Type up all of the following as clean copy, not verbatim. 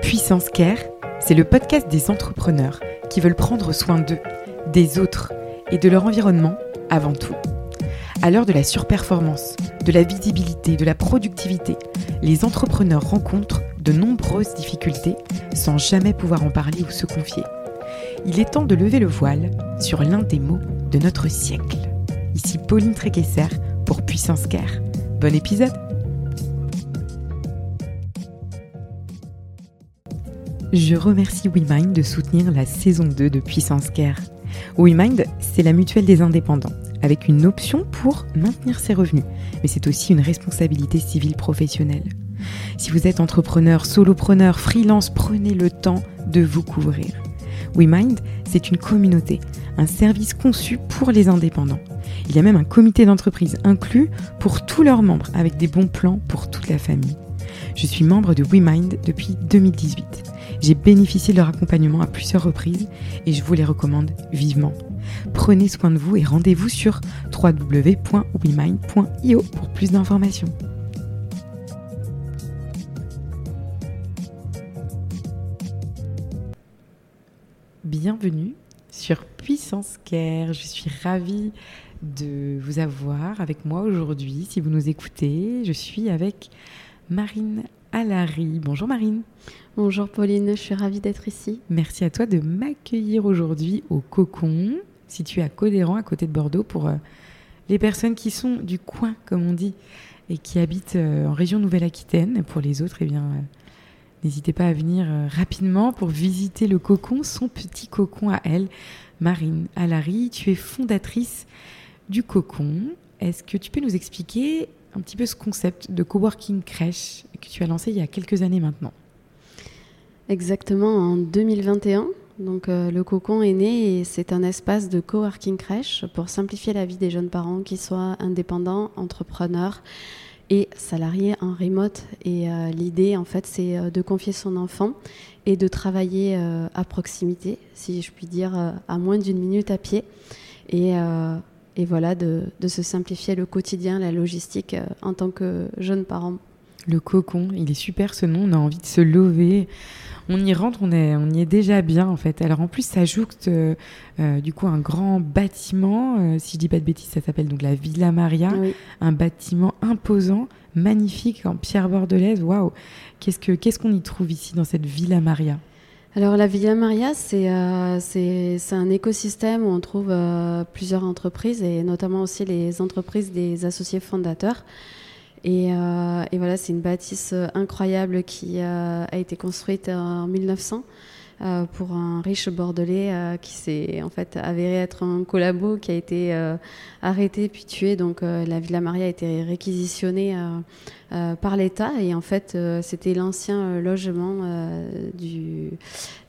Puissance Care, c'est le podcast des entrepreneurs qui veulent prendre soin d'eux, des autres et de leur environnement avant tout. À l'heure de la surperformance, de la visibilité, de la productivité, les entrepreneurs rencontrent de nombreuses difficultés sans jamais pouvoir en parler ou se confier. Il est temps de lever le voile sur l'un des mots de notre siècle. Ici Pauline Tréquesser pour Puissance Care. Bon épisode! Je remercie WeMind de soutenir la saison 2 de Puissance Care. WeMind, c'est la mutuelle des indépendants, avec une option pour maintenir ses revenus, mais c'est aussi une responsabilité civile professionnelle. Si vous êtes entrepreneur, solopreneur, freelance, prenez le temps de vous couvrir. WeMind, c'est une communauté, un service conçu pour les indépendants. Il y a même un comité d'entreprise inclus pour tous leurs membres, avec des bons plans pour toute la famille. Je suis membre de WeMind depuis 2018. J'ai bénéficié de leur accompagnement à plusieurs reprises et je vous les recommande vivement. Prenez soin de vous et rendez-vous sur www.wemind.io pour plus d'informations. Bienvenue sur Puissance Care. Je suis ravie de vous avoir avec moi aujourd'hui. Si vous nous écoutez, je suis avec Marine Allary. Bonjour Marine. Bonjour Pauline, je suis ravie d'être ici. Merci à toi de m'accueillir aujourd'hui au Cocon, situé à Codéran, à côté de Bordeaux, pour les personnes qui sont du coin, comme on dit, et qui habitent en région Nouvelle-Aquitaine. Pour les autres, n'hésitez pas à venir rapidement pour visiter le Cocon, son petit cocon à elle. Marine Allary, tu es fondatrice du Cocon. Est-ce que tu peux nous expliquer un petit peu ce concept de coworking crèche que tu as lancé il y a quelques années maintenant? Exactement, en 2021. Donc, le Cocon est né et c'est un espace de coworking crèche pour simplifier la vie des jeunes parents, qu'ils soient indépendants, entrepreneurs et salariés en remote. Et l'idée, en fait, c'est de confier son enfant et de travailler à proximité, si je puis dire, à moins d'une minute à pied. Et voilà, de se simplifier le quotidien, la logistique en tant que jeune parent. Le Cocon, il est super ce nom, on a envie de se lever. On y rentre, on y est déjà bien en fait. Alors en plus, ça ajoute du coup un grand bâtiment. Si je dis pas de bêtises, ça s'appelle donc la Villa Maria. Oui. Un bâtiment imposant, magnifique en pierre bordelaise. Waouh! Qu'est-ce qu'on y trouve ici dans cette Villa Maria? Alors la Villa Maria, c'est un écosystème où on trouve plusieurs entreprises et notamment aussi les entreprises des associés fondateurs. Et voilà, c'est une bâtisse incroyable qui a été construite en 1900 pour un riche bordelais qui s'est en fait avéré être un collabo qui a été arrêté puis tué. Donc la Villa Maria a été réquisitionnée par l'État et en fait c'était l'ancien logement du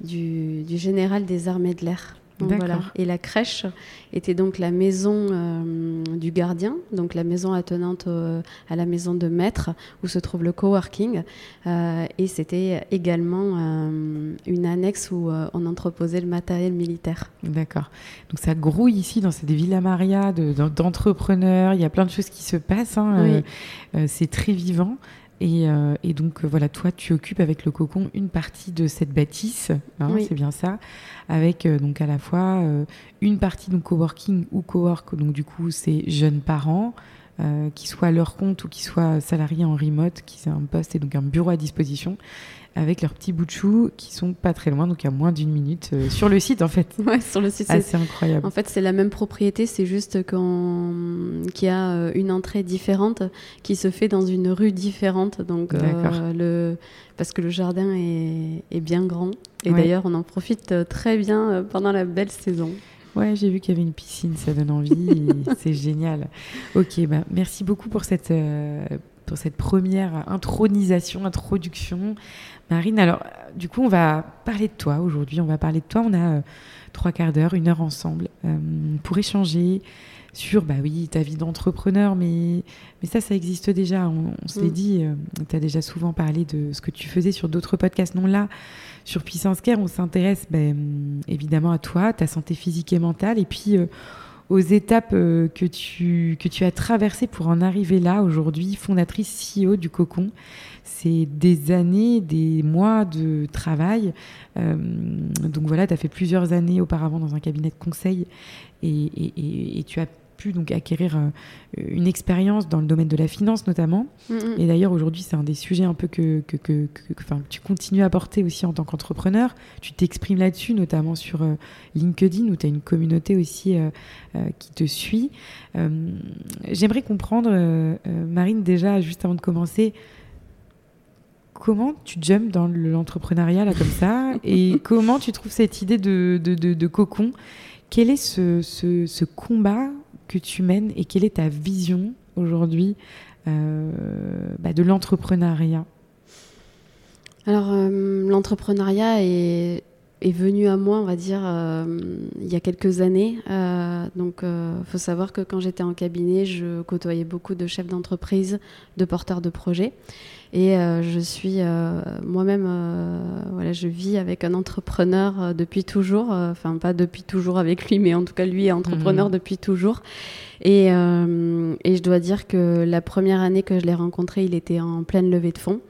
général des armées de l'air. Donc, voilà. Et la crèche était donc la maison du gardien, donc la maison attenante à la maison de maître où se trouve le coworking. Et c'était également une annexe où on entreposait le matériel militaire. D'accord. Donc ça grouille ici dans cette Villa Maria d'entrepreneurs. Il y a plein de choses qui se passent. Hein. Oui. C'est très vivant. Et donc, voilà, toi, tu occupes avec le Cocon une partie de cette bâtisse, hein, oui. C'est bien ça, avec donc à la fois une partie donc coworking ou cowork, donc du coup, c'est jeunes parents, qui soient à leur compte ou qui soient salariés en remote, qui ont un poste et donc un bureau à disposition, avec leurs petits bouts de chou qui sont pas très loin, donc à moins d'une minute sur le site en fait. Ouais, sur le site. C'est incroyable. En fait, c'est la même propriété, c'est juste qu'il y a une entrée différente qui se fait dans une rue différente. Donc, parce que le jardin est bien grand. Et d'ailleurs, on en profite très bien pendant la belle saison. Ouais, j'ai vu qu'il y avait une piscine, ça donne envie. C'est génial. Ok, merci beaucoup pour cette première introduction. Marine, alors du coup, on va parler de toi aujourd'hui. On va parler de toi. On a 3 quarts d'heure, 1 heure ensemble pour échanger sur ta vie d'entrepreneur. Mais ça existe déjà. On se l'est dit. Tu as déjà souvent parlé de ce que tu faisais sur d'autres podcasts. Non, là, sur Puissance Care, on s'intéresse évidemment à toi, ta santé physique et mentale. Et puis aux étapes que tu as traversées pour en arriver là, aujourd'hui, fondatrice CEO du Cocon. C'est des années, des mois de travail. Donc voilà, tu as fait plusieurs années auparavant dans un cabinet de conseil et tu as pu donc acquérir une expérience dans le domaine de la finance notamment. Et d'ailleurs aujourd'hui c'est un des sujets un peu que tu continues à porter aussi en tant qu'entrepreneur. Tu t'exprimes là-dessus notamment sur LinkedIn où tu as une communauté aussi qui te suit. J'aimerais comprendre, Marine, déjà juste avant de commencer, comment tu jumps dans l'entrepreneuriat là comme ça et comment tu trouves cette idée de Cocon? Quel est ce combat que tu mènes et quelle est ta vision aujourd'hui de l'entrepreneuriat? Alors, l'entrepreneuriat est venu à moi, on va dire, il y a quelques années. Donc, faut savoir que quand j'étais en cabinet, je côtoyais beaucoup de chefs d'entreprise, de porteurs de projets. Et je suis moi-même, je vis avec un entrepreneur depuis toujours. Enfin, pas depuis toujours avec lui, mais en tout cas, lui est entrepreneur depuis toujours. Et je dois dire que la première année que je l'ai rencontré, il était en pleine levée de fonds.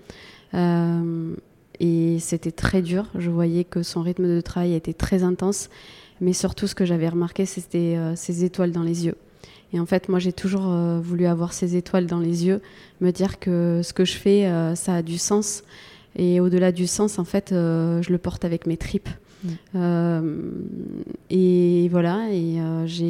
Et c'était très dur. Je voyais que son rythme de travail était très intense. Mais surtout, ce que j'avais remarqué, c'était ses étoiles dans les yeux. Et en fait, moi, j'ai toujours voulu avoir ces étoiles dans les yeux, me dire que ce que je fais, ça a du sens. Et au-delà du sens, en fait, je le porte avec mes tripes. Et voilà, et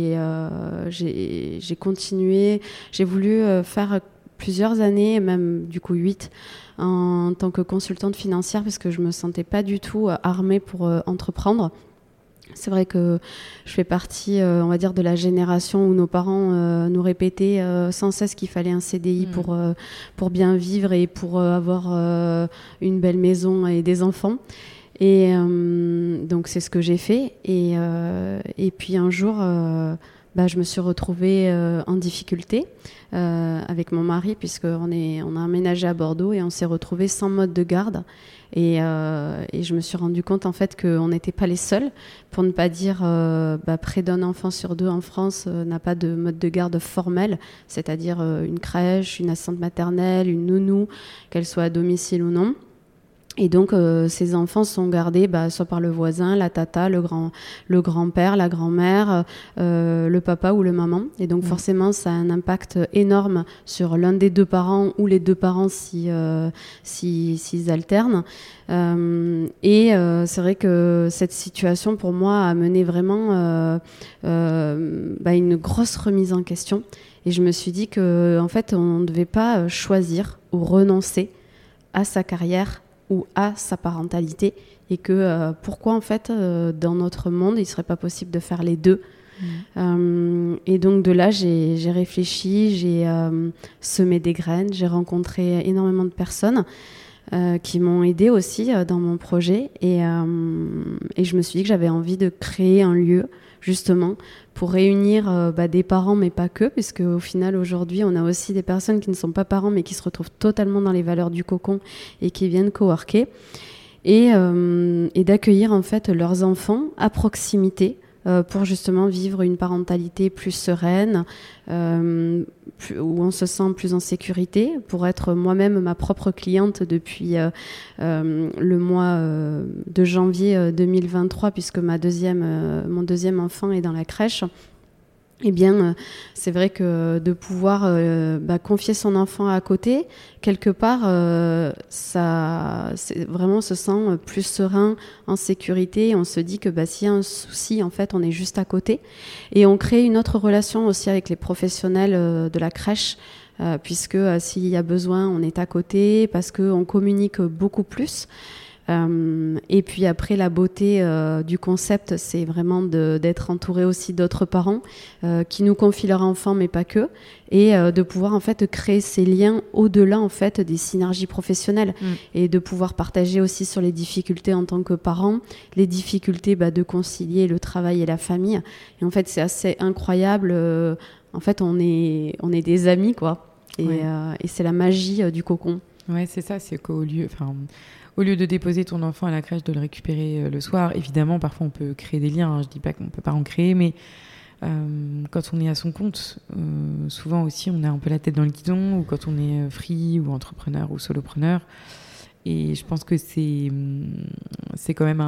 j'ai continué. J'ai voulu faire plusieurs années, même du coup 8, en tant que consultante financière, parce que je me sentais pas du tout armée pour entreprendre. C'est vrai que je fais partie, on va dire, de la génération où nos parents nous répétaient sans cesse qu'il fallait un CDI pour bien vivre et pour avoir une belle maison et des enfants. Et donc c'est ce que j'ai fait. Et puis un jour, je me suis retrouvée en difficulté avec mon mari, puisqu'on a emménagé à Bordeaux et on s'est retrouvés sans mode de garde. Et je me suis rendu compte en fait qu'on n'était pas les seuls, pour ne pas dire près d'un enfant sur deux en France n'a pas de mode de garde formel, c'est-à-dire une crèche, une assistante maternelle, une nounou, qu'elle soit à domicile ou non. Et donc, ces enfants sont gardés soit par le voisin, la tata, le grand-père, la grand-mère, le papa ou le maman. Et donc, forcément, ça a un impact énorme sur l'un des deux parents ou les deux parents s'ils alternent. C'est vrai que cette situation, pour moi, a mené vraiment une grosse remise en question. Et je me suis dit qu'en fait, on ne devait pas choisir ou renoncer à sa carrière ou à sa parentalité, et que pourquoi en fait dans notre monde il serait pas possible de faire les deux. Et donc de là j'ai réfléchi, j'ai semé des graines, j'ai rencontré énormément de personnes qui m'ont aidée aussi dans mon projet, et je me suis dit que j'avais envie de créer un lieu justement pour réunir des parents, mais pas que, puisque au final aujourd'hui on a aussi des personnes qui ne sont pas parents mais qui se retrouvent totalement dans les valeurs du cocon et qui viennent coworker, et d'accueillir en fait leurs enfants à proximité pour justement vivre une parentalité plus sereine, où on se sent plus en sécurité, pour être moi-même ma propre cliente depuis le mois de janvier 2023, puisque mon deuxième enfant est dans la crèche. Eh bien, c'est vrai que de pouvoir confier son enfant à côté, quelque part, on se sent plus serein, en sécurité. On se dit que s'il y a un souci, en fait, on est juste à côté. Et on crée une autre relation aussi avec les professionnels de la crèche, puisque s'il y a besoin, on est à côté, parce qu'on communique beaucoup plus. Et puis après, la beauté du concept, c'est vraiment d'être entouré aussi d'autres parents qui nous confient leurs enfants, mais pas que, et de pouvoir en fait créer ces liens au-delà en fait des synergies professionnelles, et de pouvoir partager aussi sur les difficultés en tant que parents, les difficultés de concilier le travail et la famille. Et en fait, c'est assez incroyable. En fait, on est des amis, quoi. Et c'est la magie du cocon. Ouais, c'est ça. C'est qu'au lieu de déposer ton enfant à la crèche, de le récupérer le soir, évidemment, parfois on peut créer des liens. Je dis pas qu'on peut pas en créer, mais Quand on est à son compte, souvent aussi on a un peu la tête dans le guidon, ou quand on est free ou entrepreneur ou solopreneur. Et je pense que c'est quand même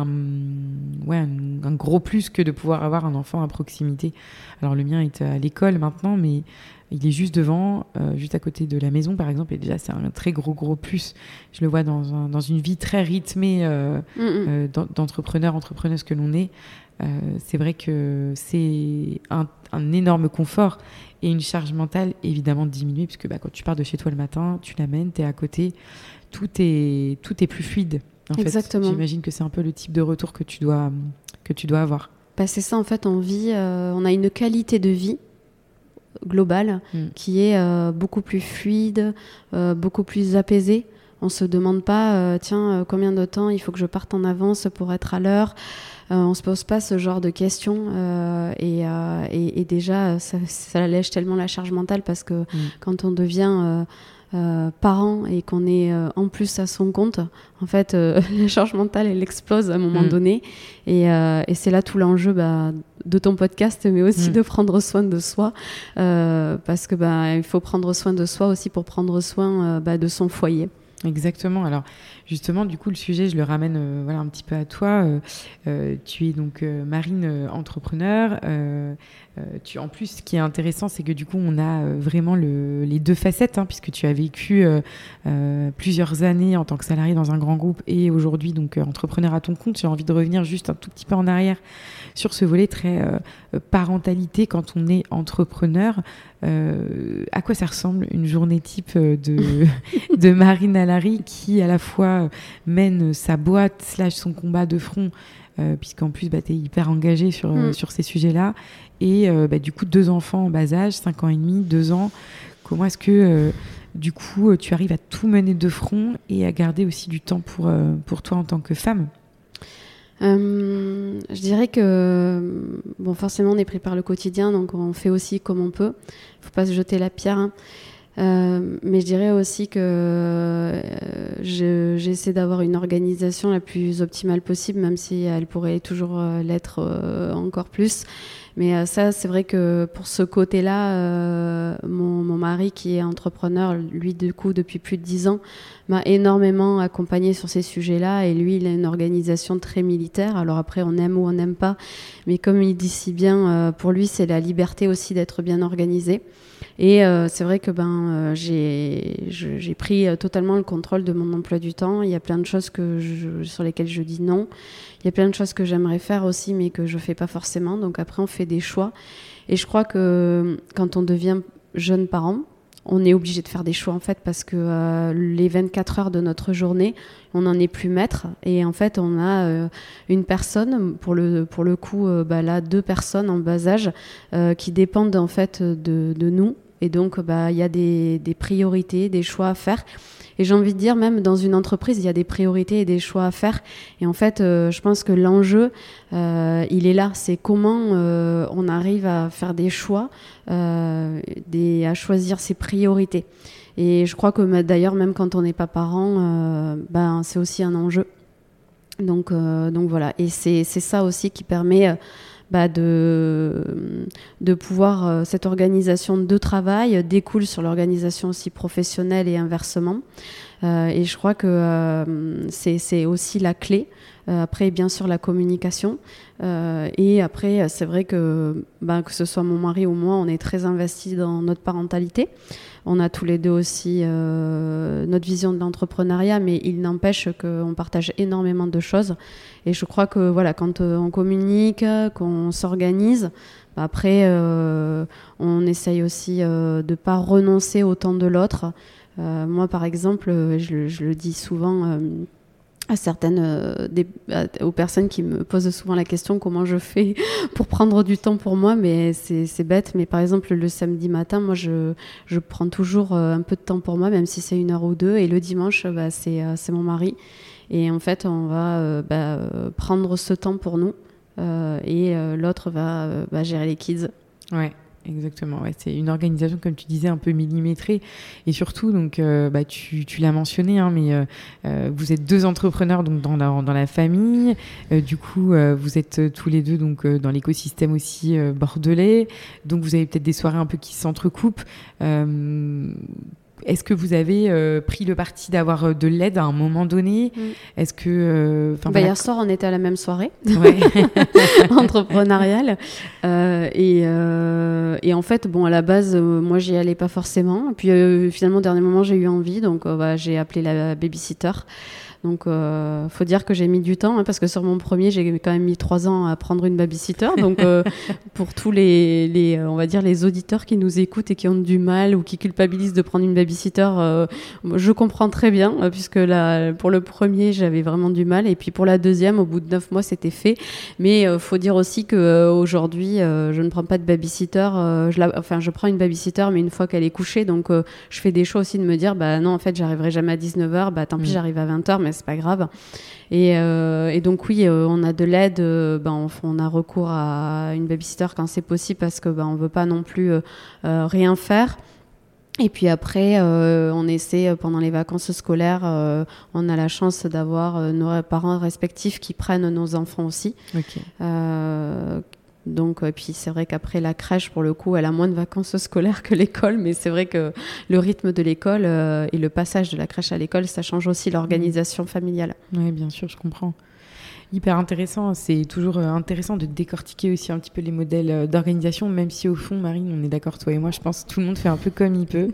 un gros plus que de pouvoir avoir un enfant à proximité. Alors le mien est à l'école maintenant, mais il est juste devant, juste à côté de la maison par exemple, et déjà c'est un très gros plus. Je le vois dans une vie très rythmée d'entrepreneur, entrepreneuse que l'on est. C'est vrai que c'est un énorme confort et une charge mentale évidemment diminuée, puisque quand tu pars de chez toi le matin, tu l'amènes, t'es à côté, tout est plus fluide. Exactement. Fait, j'imagine que c'est un peu le type de retour que tu dois avoir. C'est ça, en fait, on a une qualité de vie globale qui est beaucoup plus fluide, beaucoup plus apaisée. On se demande pas, combien de temps il faut que je parte en avance pour être à l'heure. On se pose pas ce genre de questions et déjà ça allège tellement la charge mentale, parce que quand on devient parent et qu'on est en plus à son compte, en fait la charge mentale elle explose à un moment donné et c'est là tout l'enjeu de ton podcast, mais aussi de prendre soin de soi, parce que il faut prendre soin de soi aussi pour prendre soin de son foyer. Exactement. Alors justement, du coup, le sujet, je le ramène un petit peu à toi. Tu es donc marine entrepreneur. En plus, ce qui est intéressant, c'est que du coup, on a vraiment les deux facettes, puisque tu as vécu plusieurs années en tant que salarié dans un grand groupe et aujourd'hui donc entrepreneur à ton compte. J'ai envie de revenir juste un tout petit peu en arrière sur ce volet très parentalité quand on est entrepreneur. À quoi ça ressemble une journée type de Marine Allary, qui à la fois mène sa boîte / son combat de front, puisqu'en plus tu es hyper engagée sur ces sujets-là, et du coup 2 enfants en bas âge, 5 ans et demi, 2 ans. Comment est-ce que du coup tu arrives à tout mener de front et à garder aussi du temps pour toi en tant que femme? Je dirais que forcément on est pris par le quotidien, donc on fait aussi comme on peut. Faut pas se jeter la pierre. Mais je dirais aussi que j'essaie d'avoir une organisation la plus optimale possible, même si elle pourrait toujours l'être encore plus. Mais ça, c'est vrai que pour ce côté-là, mon mari qui est entrepreneur, lui du coup depuis plus de 10 ans, m'a énormément accompagnée sur ces sujets-là, et lui il a une organisation très militaire. Alors après on aime ou on n'aime pas, mais comme il dit si bien, pour lui c'est la liberté aussi d'être bien organisé. Et c'est vrai que j'ai pris totalement le contrôle de mon emploi du temps. Il y a plein de choses sur lesquelles je dis non. Il y a plein de choses que j'aimerais faire aussi, mais que je fais pas forcément. Donc après, on fait des choix. Et je crois que quand on devient jeune parent, on est obligé de faire des choix, en fait, parce que les 24 heures de notre journée, on n'en est plus maître. Et en fait, on a une personne, pour le coup, là, 2 personnes en bas âge qui dépendent en fait de nous. Et donc, il y a des priorités, des choix à faire. Et j'ai envie de dire, même dans une entreprise, il y a des priorités et des choix à faire. Et en fait, je pense que l'enjeu, il est là. C'est comment on arrive à faire des choix, à choisir ses priorités. Et je crois que d'ailleurs, même quand on n'est pas parent, c'est aussi un enjeu. Donc voilà. Et c'est ça aussi qui permet de pouvoir, cette organisation de travail découle sur l'organisation aussi professionnelle et inversement. Et je crois que c'est aussi la clé. Après, bien sûr, la communication. Et après, c'est vrai que ce soit mon mari ou moi, on est très investis dans notre parentalité. On a tous les deux aussi notre vision de l'entrepreneuriat, mais il n'empêche qu'on partage énormément de choses. Et je crois que quand on communique, qu'on s'organise, après, on essaye aussi de ne pas renoncer au temps de l'autre. Moi, par exemple, je le dis souvent à aux personnes qui me posent souvent la question comment je fais pour prendre du temps pour moi, mais c'est bête, mais par exemple le samedi matin, moi je prends toujours un peu de temps pour moi, même si c'est 1 heure ou 2, et le dimanche c'est mon mari, et en fait on va prendre ce temps pour nous, et l'autre va gérer les kids. Ouais. exactement. Ouais, c'est une organisation, comme tu disais, un peu millimétrée. Et surtout, donc, tu l'as mentionné, hein, mais vous êtes 2 entrepreneurs donc, dans la famille. Du coup, vous êtes tous les deux donc, dans l'écosystème aussi bordelais. Donc, vous avez peut-être des soirées un peu qui s'entrecoupent. Est-ce que vous avez pris le parti d'avoir de l'aide à un moment donné? Est-ce que... Hier soir, on était à la même soirée ouais. entrepreneuriale. Et en fait, à la base, moi, j'y allais pas forcément. Et puis finalement, au dernier moment, j'ai eu envie. Donc, j'ai appelé la babysitter. Donc, faut dire que j'ai mis du temps, hein, parce que sur mon premier, j'ai quand même mis 3 ans à prendre une babysitter. Donc, pour tous on va dire, les auditeurs qui nous écoutent et qui ont du mal ou qui culpabilisent de prendre une babysitter, je comprends très bien, puisque là, pour le premier, j'avais vraiment du mal. Et puis pour la deuxième, au bout de 9 mois, c'était fait. Mais faut dire aussi que aujourd'hui, je ne prends pas de babysitter. Je prends une babysitter, mais une fois qu'elle est couchée. Donc, je fais des choix aussi de me dire, non, en fait, j'arriverai jamais à 19h. Tant pis, j'arrive à 20h. Mais c'est pas grave. Et donc oui, on a de l'aide. On a recours à une babysitter quand c'est possible parce que on veut pas non plus rien faire. Et puis après, on essaie pendant les vacances scolaires, on a la chance d'avoir nos parents respectifs qui prennent nos enfants aussi. Okay. Donc, puis c'est vrai qu'après la crèche, pour le coup, elle a moins de vacances scolaires que l'école, mais c'est vrai que le rythme de l'école et le passage de la crèche à l'école, ça change aussi l'organisation familiale. Oui, bien sûr, je comprends. Hyper intéressant. C'est toujours intéressant de décortiquer aussi un petit peu les modèles d'organisation, même si au fond, Marine, on est d'accord, toi et moi, je pense que tout le monde fait un peu comme il peut.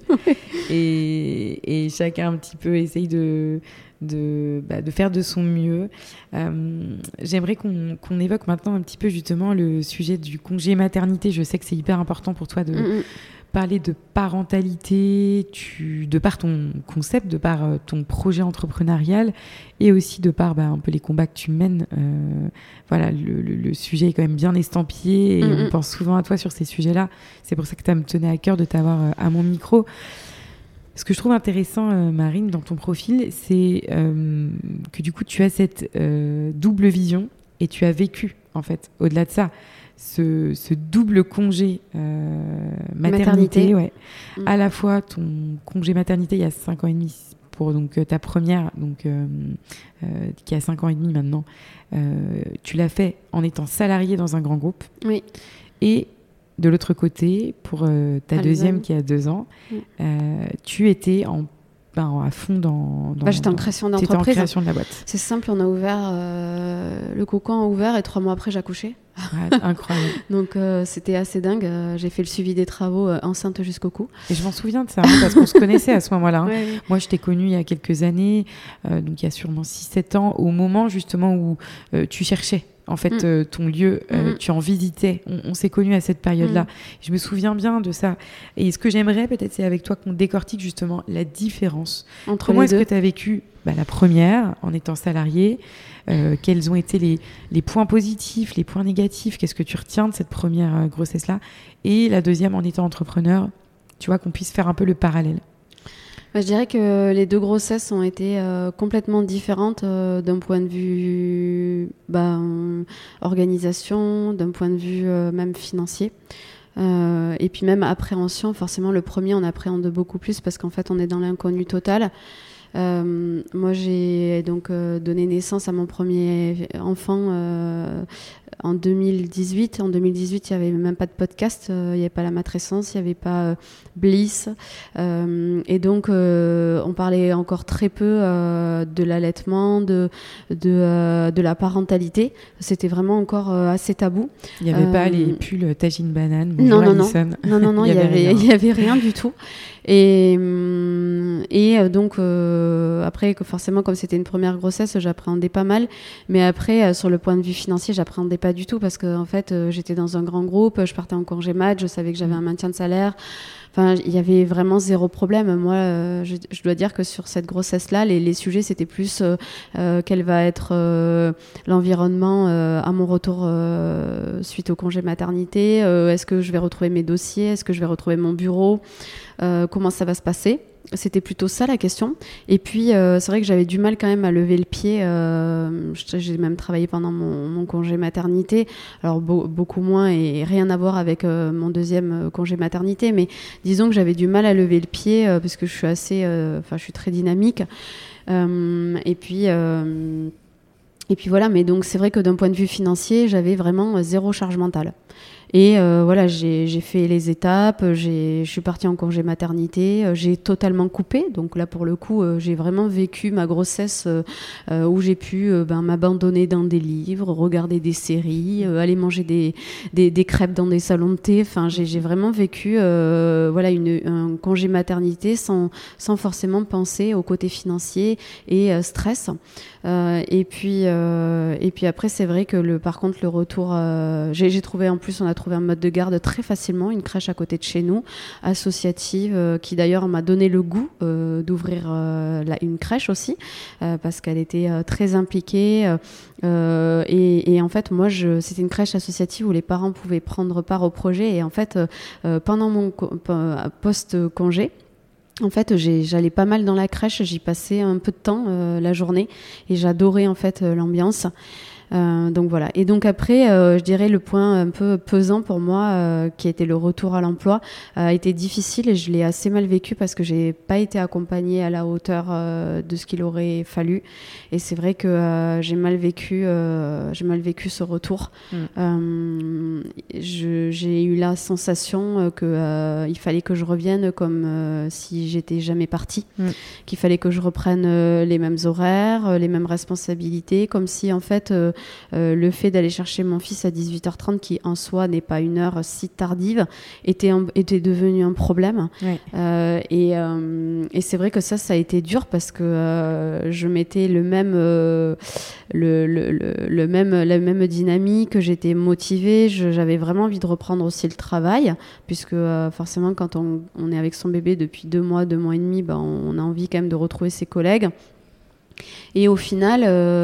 et chacun un petit peu essaye de faire de son mieux. J'aimerais qu'on évoque maintenant un petit peu justement le sujet du congé maternité. Je sais que c'est hyper important pour toi de parler de parentalité, de par ton concept, de par ton projet entrepreneurial et aussi de par un peu les combats que tu mènes. Voilà, le sujet est quand même bien estampillé et on pense souvent à toi sur ces sujets-là. C'est pour ça que ça me tenait à cœur de t'avoir à mon micro. Ce que je trouve intéressant, Marine, dans ton profil, c'est que du coup, tu as cette double vision et tu as vécu, en fait, au-delà de ça, ce double congé maternité. Ouais. À la fois ton congé maternité il y a 5 ans et demi pour donc, ta première, donc, qui a 5 ans et demi maintenant, tu l'as fait en étant salariée dans un grand groupe. Oui. Et de l'autre côté, pour ta deuxième qui a 2 ans, tu étais à fond dans j'étais en création d'entreprise. T'étais en création de la boîte. C'est simple, on a ouvert, le cocon a ouvert et 3 mois après, j'ai accouché. Ouais, incroyable. Donc, c'était assez dingue. J'ai fait le suivi des travaux enceinte jusqu'au cou. Et je m'en souviens de ça, parce qu'on se connaissait à ce moment-là. Hein. Ouais. Moi, je t'ai connue il y a quelques années, donc il y a sûrement 6-7 ans, au moment justement où tu cherchais. En fait, ton lieu, tu en visitais. On s'est connus à cette période-là. Je me souviens bien de ça. Et ce que j'aimerais, peut-être, c'est avec toi qu'on décortique justement la différence. Entre Comment les est-ce deux. que tu as vécu la première en étant salariée? Quels ont été les points positifs, les points négatifs? Qu'est-ce que tu retiens de cette première grossesse-là? Et la deuxième en étant entrepreneur, tu vois, qu'on puisse faire un peu le parallèle. Je dirais que les 2 grossesses ont été complètement différentes d'un point de vue organisation, d'un point de vue même financier. Et puis même appréhension, forcément le premier on appréhende beaucoup plus parce qu'en fait on est dans l'inconnu total. Moi j'ai donc donné naissance à mon premier enfant en 2018. En 2018, il n'y avait même pas de podcast, il n'y avait pas la matrescence, il n'y avait pas Bliss. Et donc, on parlait encore très peu de l'allaitement, de la parentalité. C'était vraiment encore assez tabou. Il n'y avait pas les pulls tagine banane. Non, il n'y y avait rien du tout. Et donc, après, forcément, comme c'était une première grossesse, j'appréhendais pas mal. Mais après, sur le point de vue financier, j'appréhendais pas du tout parce que en fait, j'étais dans un grand groupe, je partais en congé mat, je savais que j'avais un maintien de salaire. Enfin, il y avait vraiment zéro problème. Moi, je dois dire que sur cette grossesse-là, les sujets, c'était plus quel va être l'environnement à mon retour suite au congé maternité. Est-ce que je vais retrouver mes dossiers? Est-ce que je vais retrouver mon bureau? Comment ça va se passer? C'était plutôt ça la question. Et puis, c'est vrai que j'avais du mal quand même à lever le pied. J'ai même travaillé pendant mon congé maternité. Alors, beaucoup moins et rien à voir avec mon deuxième congé maternité. Mais disons que j'avais du mal à lever le pied parce que je suis je suis très dynamique. Et puis voilà. Mais donc, c'est vrai que d'un point de vue financier, j'avais vraiment zéro charge mentale. Et voilà, j'ai fait les étapes, je suis partie en congé maternité, j'ai totalement coupé. Donc là, pour le coup, j'ai vraiment vécu ma grossesse où j'ai pu m'abandonner dans des livres, regarder des séries, aller manger des crêpes dans des salons de thé. Enfin, j'ai vraiment vécu un congé maternité sans forcément penser au côté financier et stress. Et puis après, c'est vrai que par contre, le retour, j'ai trouvé, en plus, on a trouvé un mode de garde très facilement, une crèche à côté de chez nous, associative, qui d'ailleurs m'a donné le goût d'ouvrir une crèche aussi, parce qu'elle était très impliquée. Et en fait, moi, c'était une crèche associative où les parents pouvaient prendre part au projet. Et en fait, pendant mon post-congé, en fait, j'allais pas mal dans la crèche, j'y passais un peu de temps la journée et j'adorais en fait l'ambiance. Donc voilà. Et donc après, je dirais le point un peu pesant pour moi, qui était le retour à l'emploi, a été difficile et je l'ai assez mal vécu parce que j'ai pas été accompagnée à la hauteur de ce qu'il aurait fallu. Et c'est vrai que j'ai mal vécu ce retour. J'ai eu la sensation que il fallait que je revienne comme si j'étais jamais partie, qu'il fallait que je reprenne les mêmes horaires, les mêmes responsabilités, comme si en fait le fait d'aller chercher mon fils à 18h30, qui en soi n'est pas une heure si tardive, était devenu un problème. Ouais. Et c'est vrai que ça a été dur parce que je mettais la même dynamique, j'étais motivée, j'avais vraiment envie de reprendre aussi le travail, puisque forcément quand on est avec son bébé depuis 2 mois et demi, on a envie quand même de retrouver ses collègues. Et au final,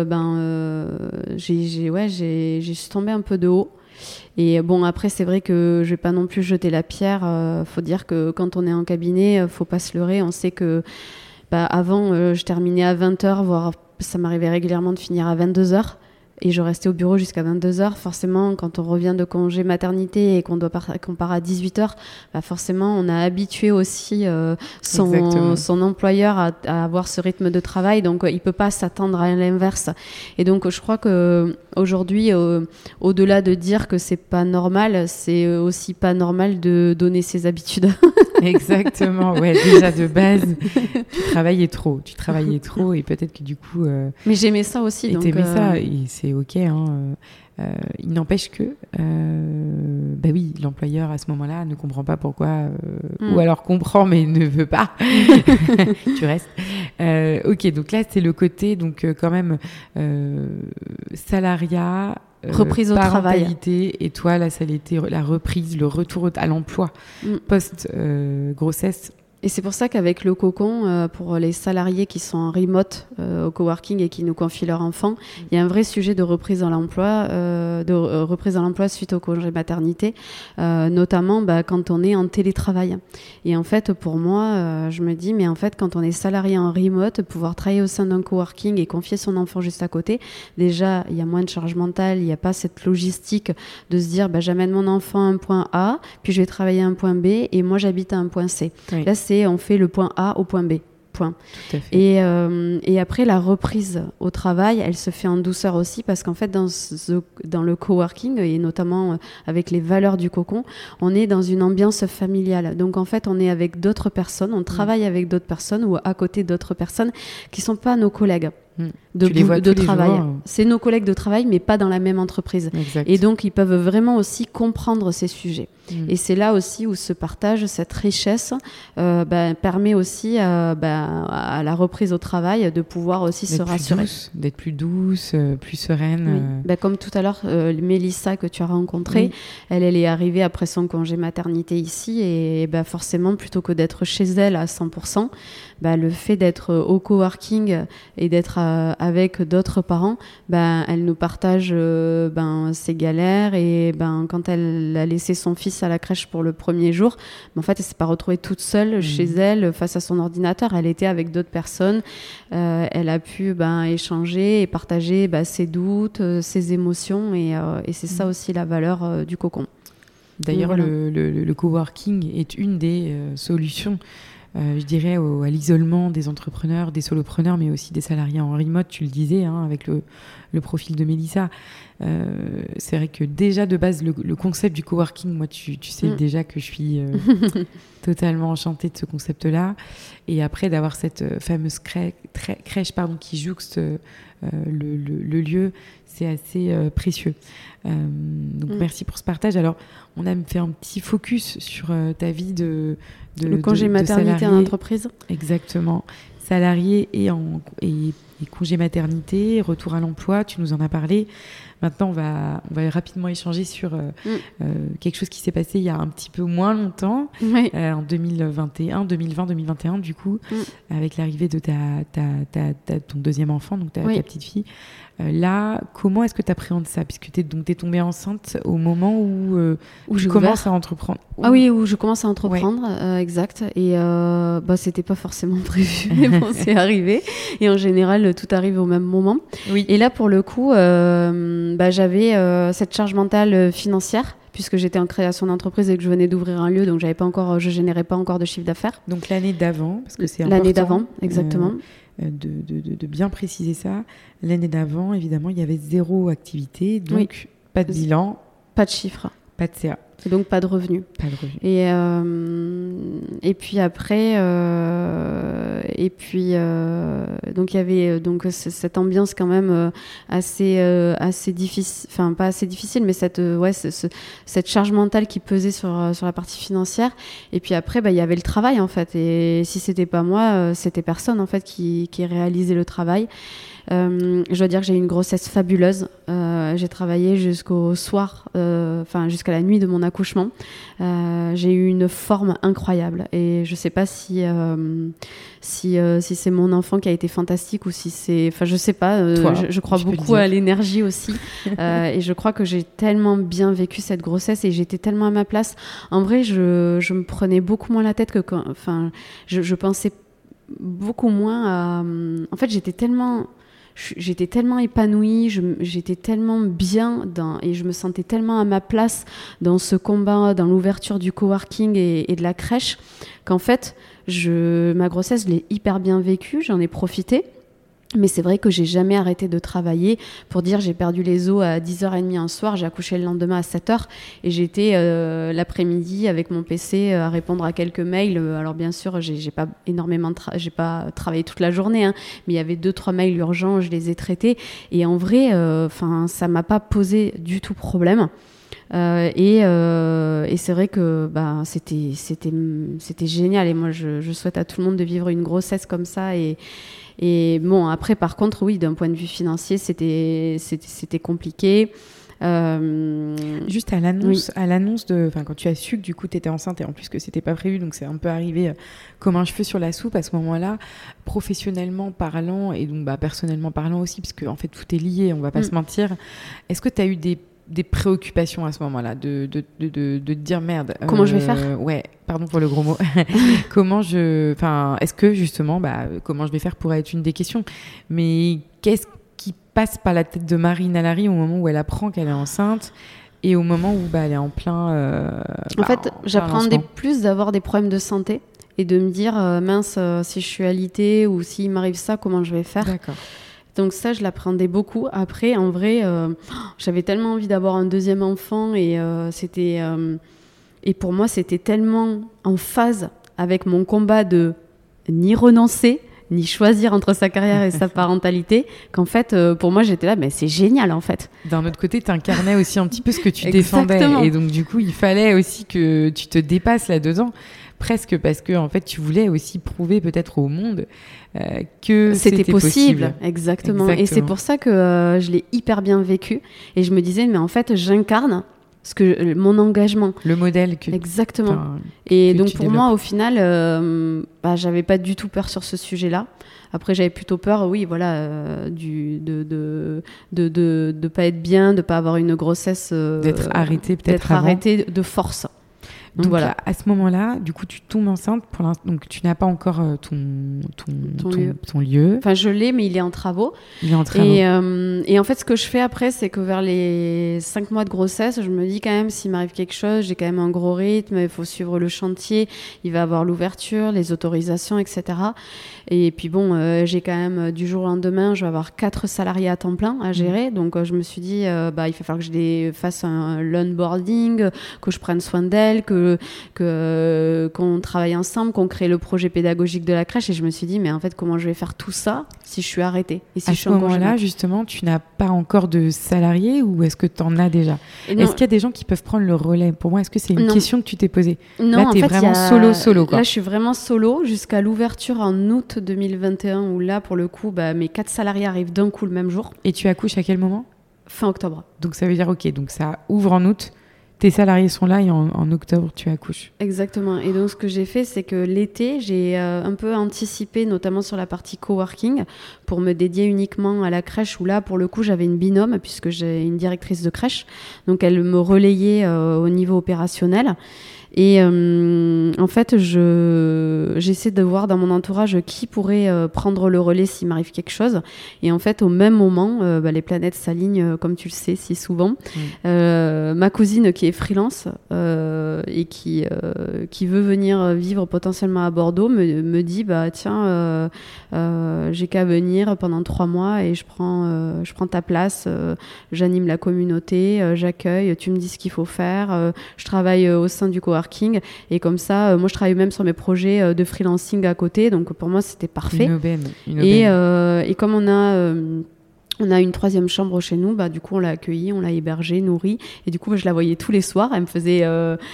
je suis tombée un peu de haut. Et bon, après, c'est vrai que je vais pas non plus jeter la pierre. Faut dire que quand on est en cabinet, faut pas se leurrer. On sait que avant, je terminais à 20h, voire ça m'arrivait régulièrement de finir à 22h. Et je restais au bureau jusqu'à 22h. Forcément, quand on revient de congé maternité et qu'on part à 18h, forcément, on a habitué aussi son employeur à avoir ce rythme de travail. Donc, il peut pas s'attendre à l'inverse. Et donc, je crois que aujourd'hui, au-delà de dire que c'est pas normal, c'est aussi pas normal de donner ses habitudes. Exactement. Ouais, déjà de base, tu travaillais trop et peut-être que du coup. Mais j'aimais ça aussi. Et t'aimais ça et c'est ok. Hein, il n'empêche que, oui, l'employeur à ce moment-là ne comprend pas pourquoi, ou alors comprend mais ne veut pas. Tu restes. Ok, donc là c'est le côté donc quand même salariat. Reprise au travail. Et toi, là, ça a été la reprise, le retour à l'emploi post-grossesse. Et c'est pour ça qu'avec le cocon, pour les salariés qui sont en remote au coworking et qui nous confient leur enfant, il y a un vrai sujet de reprise à l'emploi, suite au congé maternité, notamment quand on est en télétravail. Et en fait, pour moi, je me dis, mais en fait, quand on est salarié en remote, pouvoir travailler au sein d'un coworking et confier son enfant juste à côté, déjà, il y a moins de charge mentale, il n'y a pas cette logistique de se dire, j'amène mon enfant à un point A, puis je vais travailler à un point B, et moi, j'habite à un point C. Oui. Là, on fait le point A au point B. Point. Tout à fait. Et après, la reprise au travail, elle se fait en douceur aussi parce qu'en fait, dans le coworking et notamment avec les valeurs du cocon, on est dans une ambiance familiale. Donc en fait, on est avec d'autres personnes, on travaille avec d'autres personnes ou à côté d'autres personnes qui sont pas nos collègues. De travail. C'est nos collègues de travail, mais pas dans la même entreprise. Exact. Et donc, ils peuvent vraiment aussi comprendre ces sujets. Et c'est là aussi où ce partage, cette richesse, permet aussi à la reprise au travail de pouvoir aussi se rassurer. D'être plus douce, plus sereine. Oui. Comme tout à l'heure, Mélissa que tu as rencontrée, elle est arrivée après son congé maternité ici et forcément, plutôt que d'être chez elle à 100%, le fait d'être au coworking et d'être avec d'autres parents, elle nous partage ses galères et quand elle a laissé son fils à la crèche pour le premier jour, en fait elle s'est pas retrouvée toute seule chez elle face à son ordinateur, elle était avec d'autres personnes, elle a pu échanger et partager ses doutes, ses émotions et c'est ça aussi la valeur du cocon. D'ailleurs, voilà. le coworking est une des solutions, je dirais, à l'isolement des entrepreneurs, des solopreneurs, mais aussi des salariés en remote, tu le disais, avec le profil de Mélissa. C'est vrai que déjà, de base, le concept du coworking, moi, tu sais déjà que je suis totalement enchantée de ce concept-là. Et après, d'avoir cette fameuse crèche qui jouxte le lieu, c'est assez précieux. Donc merci pour ce partage. Alors on a fait un petit focus sur ta vie de le congé maternité en entreprise. Exactement, salarié et congé maternité, retour à l'emploi, tu nous en as parlé. Maintenant, on va rapidement échanger sur quelque chose qui s'est passé il y a un petit peu moins longtemps, en 2020-2021 du coup, avec l'arrivée de ton deuxième enfant, donc ta petite fille. Là, comment est-ce que tu appréhendes ça, puisque tu es tombée enceinte au moment où je commence à entreprendre. Où je commence à entreprendre, exact. Et c'était pas forcément prévu, mais bon, c'est arrivé. Et en général, tout arrive au même moment. Oui. Et là, pour le coup, j'avais cette charge mentale financière, puisque j'étais en création d'entreprise et que je venais d'ouvrir un lieu, donc je générais pas encore de chiffre d'affaires. Donc l'année d'avant, parce que c'est important. L'année d'avant, exactement. De bien préciser ça. L'année d'avant, évidemment, il y avait 0 activité, donc pas de bilan. Pas de chiffre. Pas de CA. Et donc pas de revenus. Pas de revenus. Et puis après, donc il y avait cette ambiance quand même assez difficile, enfin pas assez difficile, mais cette charge mentale qui pesait sur la partie financière. Et puis après, il y avait le travail en fait. Et si c'était pas moi, c'était personne en fait qui réalisait le travail. Je dois dire que j'ai eu une grossesse fabuleuse. J'ai travaillé jusqu'au soir, jusqu'à la nuit de mon accouchement. J'ai eu une forme incroyable et je sais pas si c'est mon enfant qui a été fantastique ou si c'est, je sais pas. Je crois beaucoup à l'énergie aussi et je crois que j'ai tellement bien vécu cette grossesse et j'étais tellement à ma place. En vrai, je me prenais beaucoup moins la tête que quand, je pensais beaucoup moins à. En fait, j'étais tellement épanouie, j'étais tellement bien et je me sentais tellement à ma place dans ce combat, dans l'ouverture du coworking et de la crèche, qu'en fait, ma grossesse, je l'ai hyper bien vécue, j'en ai profité. Mais c'est vrai que j'ai jamais arrêté de travailler. Pour dire, j'ai perdu les os à 10h30 un soir, j'ai accouché le lendemain à 7h et j'étais l'après-midi avec mon PC à répondre à quelques mails. Alors bien sûr, j'ai pas travaillé toute la journée, mais il y avait 2-3 mails urgents, je les ai traités et en vrai, ça m'a pas posé du tout problème. Et c'est vrai que c'était génial et moi je souhaite à tout le monde de vivre une grossesse comme ça et bon, après, par contre, oui, d'un point de vue financier, c'était compliqué. Juste à l'annonce quand tu as su que du coup tu étais enceinte et en plus que c'était pas prévu, donc c'est un peu arrivé comme un cheveu sur la soupe à ce moment-là, professionnellement parlant et donc personnellement parlant aussi, parce que en fait tout est lié, on va pas se mentir. Est-ce que tu as eu des préoccupations à ce moment-là de te dire merde, comment je vais faire? Ouais, pardon pour le gros mot. Est-ce que justement comment je vais faire pourrait être une des questions, mais qu'est-ce qui passe par la tête de Marie Nalari au moment où elle apprend qu'elle est enceinte et au moment où elle est en plein en fait, j'appréhendais plus d'avoir des problèmes de santé et de me dire mince, si je suis alitée ou s'il m'arrive ça, comment je vais faire? D'accord. Donc ça, je l'appréhendais beaucoup. Après, en vrai, j'avais tellement envie d'avoir un deuxième enfant et et pour moi, c'était tellement en phase avec mon combat de ni renoncer, ni choisir entre sa carrière et sa parentalité, qu'en fait, pour moi, j'étais là, mais c'est génial, en fait. D'un autre côté, tu incarnais aussi un petit peu ce que tu défendais. Et donc, du coup, il fallait aussi que tu te dépasses là-dedans, presque parce que, en fait, tu voulais aussi prouver peut-être au monde que c'était possible. Exactement. Et c'est pour ça que je l'ai hyper bien vécu. Et je me disais, mais en fait, j'incarne mon engagement. Le modèle que... Exactement. Enfin, et que donc tu pour développes. moi, au final, j'avais pas du tout peur sur ce sujet-là. Après, j'avais plutôt peur, oui, voilà, de pas être bien, de pas avoir une grossesse... d'être arrêtée peut-être d'être avant. arrêtée de force. Donc voilà. à ce moment-là, du coup, tu tombes enceinte. Donc tu n'as pas encore ton lieu. Enfin, je l'ai, mais il est en travaux. Il est en travaux. Et en fait, ce que je fais après, c'est que vers les 5 mois de grossesse, je me dis quand même, s'il m'arrive quelque chose, j'ai quand même un gros rythme, il faut suivre le chantier, il va avoir l'ouverture, les autorisations, etc. Et puis bon, j'ai quand même, du jour au lendemain, je vais avoir 4 salariés à temps plein à gérer. Donc je me suis dit, il va falloir que je fasse l'onboarding, que je prenne soin d'elles, qu'on travaille ensemble, qu'on crée le projet pédagogique de la crèche. Et je me suis dit, mais en fait, comment je vais faire tout ça si je suis arrêtée et si à je suis ce en congé moment-là, mat. justement, tu n'as pas encore de salariés ou est-ce que tu en as déjà? Est-ce qu'il y a des gens qui peuvent prendre le relais? Pour moi, est-ce que c'est une question que tu t'es posée? Non, là, tu es vraiment solo, quoi. Là, je suis vraiment solo jusqu'à l'ouverture en août 2021 où là, pour le coup, mes 4 salariés arrivent d'un coup le même jour. Et tu accouches à quel moment? Fin octobre. Donc ça veut dire, ok, donc ça ouvre en août, tes salariés sont là et en octobre, tu accouches. Exactement. Et donc, ce que j'ai fait, c'est que l'été, j'ai un peu anticipé, notamment sur la partie coworking, pour me dédier uniquement à la crèche, où là, pour le coup, j'avais une binôme, puisque j'ai une directrice de crèche. Donc, elle me relayait au niveau opérationnel. Et en fait, j'essaie de voir dans mon entourage qui pourrait prendre le relais s'il m'arrive quelque chose. Et en fait, au même moment, les planètes s'alignent, comme tu le sais si souvent. Ma cousine qui est freelance et qui veut venir vivre potentiellement à Bordeaux me dit, tiens, j'ai qu'à venir pendant 3 mois et je prends ta place, j'anime la communauté, j'accueille, tu me dis ce qu'il faut faire, je travaille au sein du coworking. Et comme ça, moi je travaille même sur mes projets de freelancing à côté, donc pour moi c'était parfait. Une aubaine. Et comme on a une 3e chambre chez nous, du coup on l'a accueillie, on l'a hébergée, nourrie, et du coup je la voyais tous les soirs, elle me faisait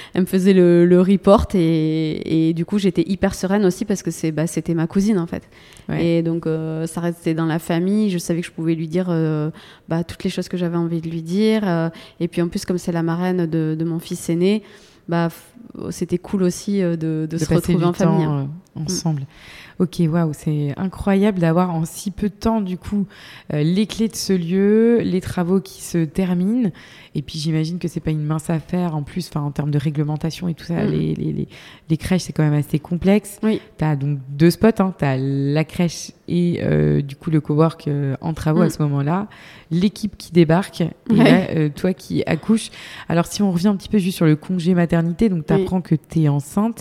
le report, et du coup j'étais hyper sereine aussi parce que c'était ma cousine en fait. Ouais. Et donc ça restait dans la famille, je savais que je pouvais lui dire toutes les choses que j'avais envie de lui dire, et puis en plus comme c'est la marraine de mon fils aîné, c'était cool aussi de se retrouver en famille. Ensemble. Ok, waouh, c'est incroyable d'avoir en si peu de temps, du coup, les clés de ce lieu, les travaux qui se terminent. Et puis, j'imagine que c'est pas une mince affaire, en plus, en termes de réglementation et tout ça. Les crèches, c'est quand même assez complexe. Oui. Tu as donc 2 spots, tu as la crèche et du coup le cowork en travaux à ce moment-là. L'équipe qui débarque et là, toi qui accouches. Alors, si on revient un petit peu juste sur le congé maternité, donc tu apprends que tu es enceinte.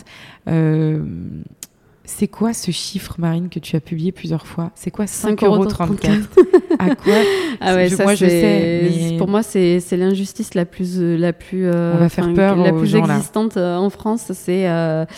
C'est quoi ce chiffre, Marine, que tu as publié plusieurs fois? C'est quoi 5,34 €? À quoi? Je sais. Mais... Pour moi, c'est l'injustice la plus on va faire peur la aux plus gens, existante en France. C'est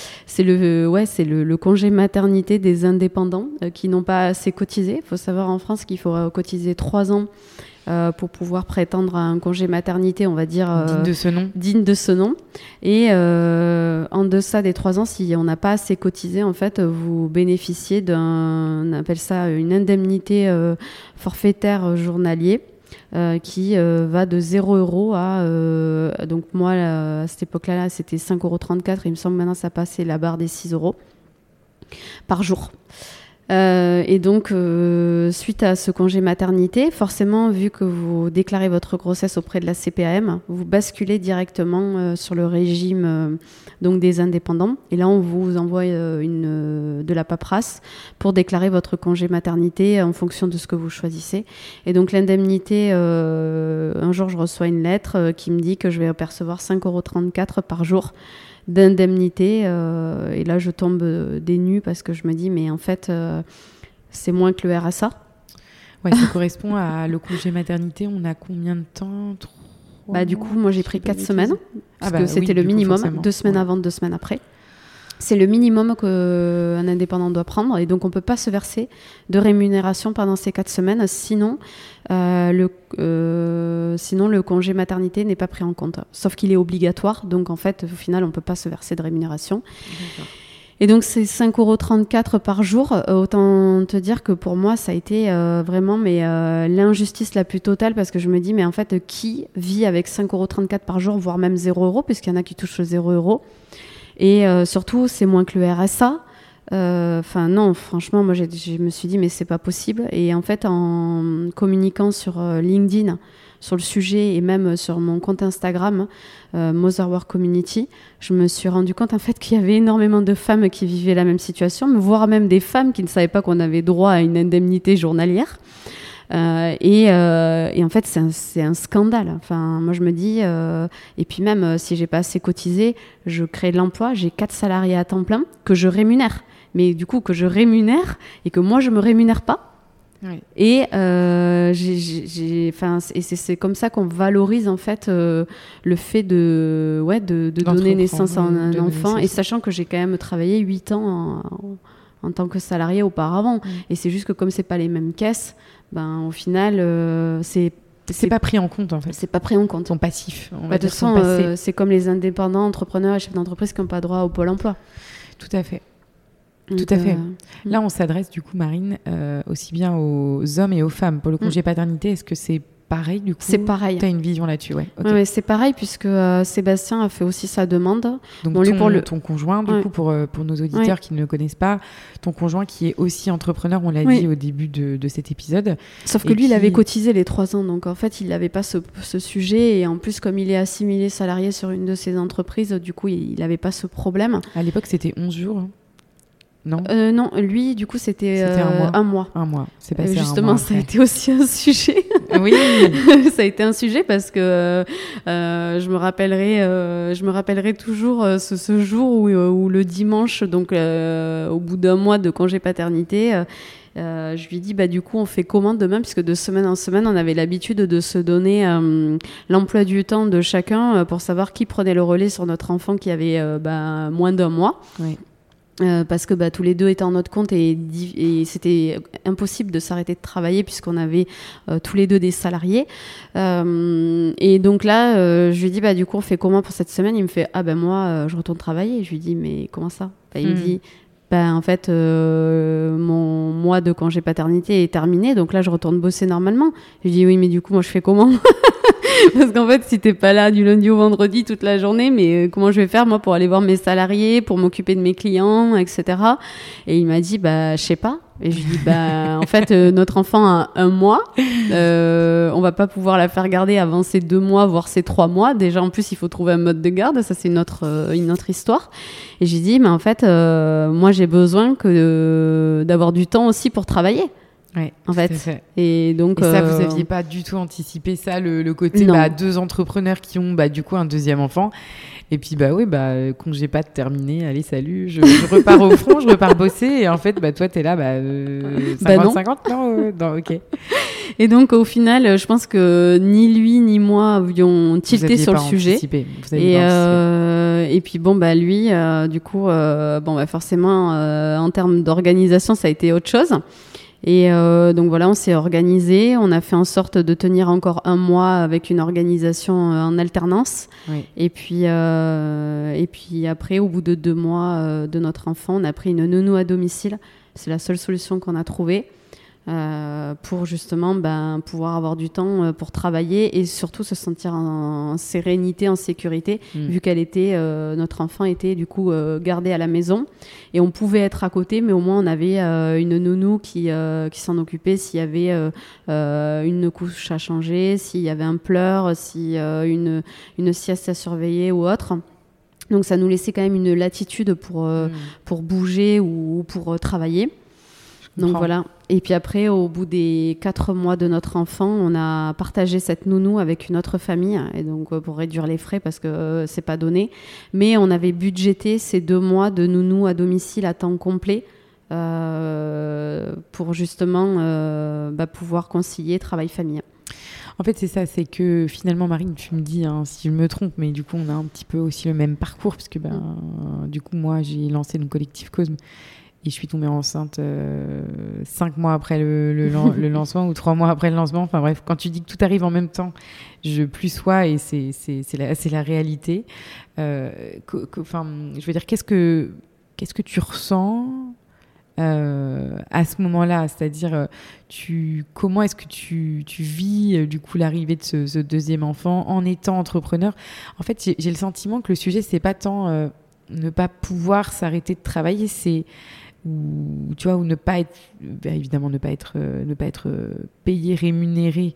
le congé maternité des indépendants qui n'ont pas assez cotisé. Il faut savoir en France qu'il faut cotiser 3 ans. Pour pouvoir prétendre à un congé maternité, on va dire... digne de ce nom. Et en deçà des 3 ans, si on n'a pas assez cotisé, en fait, vous bénéficiez on appelle ça une indemnité forfaitaire journalier qui va de 0 € à... donc moi, à cette époque-là, c'était 5,34 €. Il me semble que maintenant, ça passait la barre des 6 € par jour. Et donc, suite à ce congé maternité, forcément, vu que vous déclarez votre grossesse auprès de la CPAM, vous basculez directement sur le régime donc des indépendants. Et là, on vous envoie de la paperasse pour déclarer votre congé maternité en fonction de ce que vous choisissez. Et donc, l'indemnité, un jour, je reçois une lettre qui me dit que je vais percevoir 5,34 € par jour d'indemnité, et là je tombe des nues parce que je me dis mais en fait c'est moins que le RSA. Ouais, ça correspond à le congé maternité. On a combien de temps? Du coup moi j'ai pris 4 semaines parce que c'était le minimum, 2 semaines avant, 2 semaines après. C'est le minimum qu'un indépendant doit prendre, et donc on ne peut pas se verser de rémunération pendant ces 4 semaines, sinon le congé maternité n'est pas pris en compte, sauf qu'il est obligatoire, donc en fait au final on ne peut pas se verser de rémunération. D'accord. Et donc, c'est 5,34 € par jour. Autant te dire que pour moi, ça a été vraiment l'injustice la plus totale parce que je me dis, mais en fait, qui vit avec 5,34 € par jour, voire même 0 €, puisqu'il y en a qui touchent 0 €. Et surtout, c'est moins que le RSA. Enfin, non, franchement, moi, je me suis dit, mais c'est pas possible. Et en fait, en communiquant sur LinkedIn, sur le sujet et même sur mon compte Instagram, Motherwork Community, je me suis rendu compte en fait qu'il y avait énormément de femmes qui vivaient la même situation, voire même des femmes qui ne savaient pas qu'on avait droit à une indemnité journalière. Et en fait, c'est un scandale. Enfin, moi, je me dis, et puis même si j'ai pas assez cotisé, je crée de l'emploi, j'ai 4 salariés à temps plein que je rémunère. Mais du coup, que je rémunère et que moi, je me rémunère pas. Oui. Et c'est comme ça qu'on valorise en fait le fait de donner naissance à un enfant, et sachant que j'ai quand même travaillé 8 ans en tant que salarié auparavant. Et c'est juste que comme c'est pas les mêmes caisses, ben au final c'est pas pris en compte en fait. C'est pas pris en compte. Ton passif. De toute façon, c'est comme les indépendants, entrepreneurs et chefs d'entreprise qui n'ont pas droit au Pôle emploi. Tout à fait. Tout à fait. Là, on s'adresse du coup, Marine, aussi bien aux hommes et aux femmes. Pour le congé paternité, est-ce que c'est pareil du coup? C'est pareil. Tu as une vision là-dessus, ouais. Okay. Ouais, c'est pareil puisque Sébastien a fait aussi sa demande. Donc ton conjoint, du coup, pour nos auditeurs qui ne le connaissent pas, ton conjoint qui est aussi entrepreneur, on l'a dit au début de cet épisode. Sauf que lui, il avait cotisé les 3 ans. Donc en fait, il n'avait pas ce sujet. Et en plus, comme il est assimilé salarié sur une de ses entreprises, du coup, il n'avait pas ce problème. À l'époque, c'était 11 jours. Non, non, lui, du coup, c'était un mois. Un mois. C'est passé justement, un mois ça a été aussi un sujet. Oui. Ça a été un sujet parce que je me rappellerai toujours ce jour où le dimanche, donc au bout d'un mois de congé paternité, je lui dis du coup on fait comment demain, puisque de semaine en semaine on avait l'habitude de se donner l'emploi du temps de chacun pour savoir qui prenait le relais sur notre enfant qui avait moins d'un mois. Oui. Parce que tous les deux étaient en notre compte et c'était impossible de s'arrêter de travailler puisqu'on avait tous les deux des salariés. Et donc là, je lui dis du coup on fait comment pour cette semaine? Il me fait moi je retourne travailler. Je lui dis mais comment ça? Il me dit en fait mon mois de congé paternité est terminé, donc là je retourne bosser normalement. Je lui dis oui mais du coup moi je fais comment? Parce qu'en fait, si t'es pas là du lundi au vendredi toute la journée, mais comment je vais faire moi pour aller voir mes salariés, pour m'occuper de mes clients, etc. Et il m'a dit je sais pas. Et je lui dis en fait notre enfant a 1 mois, on va pas pouvoir la faire garder avant ses 2 mois, voire ses 3 mois. Déjà en plus il faut trouver un mode de garde, ça c'est une autre histoire. Et j'ai dit mais en fait moi j'ai besoin d'avoir du temps aussi pour travailler. Ouais, en fait. Et donc ça vous aviez pas du tout anticipé ça, le côté 2 entrepreneurs qui ont du coup un deuxième enfant, et puis congé pas terminé, allez salut, je repars au front, je repars bosser, et en fait toi t'es là 50-50 non, ok. Et donc au final je pense que ni lui ni moi avions tilté sur le sujet. Et puis lui du coup forcément en termes d'organisation ça a été autre chose. Et donc voilà, on s'est organisé, on a fait en sorte de tenir encore 1 mois avec une organisation en alternance. Oui. Et puis après, au bout de 2 mois de notre enfant, on a pris une nounou à domicile. C'est la seule solution qu'on a trouvée pour justement pouvoir avoir du temps pour travailler et surtout se sentir en sérénité, en sécurité, vu qu'elle était notre enfant était du coup gardé à la maison et on pouvait être à côté, mais au moins on avait une nounou qui s'en occupait s'il y avait une couche à changer, s'il y avait un pleur, si une sieste à surveiller ou autre. Donc ça nous laissait quand même une latitude pour bouger ou pour travailler. Donc voilà. Et puis après, au bout des 4 mois de notre enfant, on a partagé cette nounou avec une autre famille, et donc pour réduire les frais parce que c'est pas donné. Mais on avait budgété ces 2 mois de nounou à domicile à temps complet pour justement pouvoir concilier travail-famille. En fait, c'est ça, c'est que finalement, Marine, tu me dis si je me trompe, mais du coup, on a un petit peu aussi le même parcours, parce que du coup, moi, j'ai lancé le collectif Cosme. Et je suis tombée enceinte 5 mois après le lancement ou 3 mois après le lancement. Enfin bref, quand tu dis que tout arrive en même temps, je plus sois et c'est la réalité. Je veux dire, qu'est-ce que qu'est-ce que tu ressens à ce moment-là, c'est-à-dire comment est-ce que tu vis du coup l'arrivée de ce deuxième enfant en étant entrepreneur? En fait, j'ai le sentiment que le sujet c'est pas tant ne pas pouvoir s'arrêter de travailler, c'est ou tu vois, ou ne pas être évidemment ne pas être payé, rémunéré,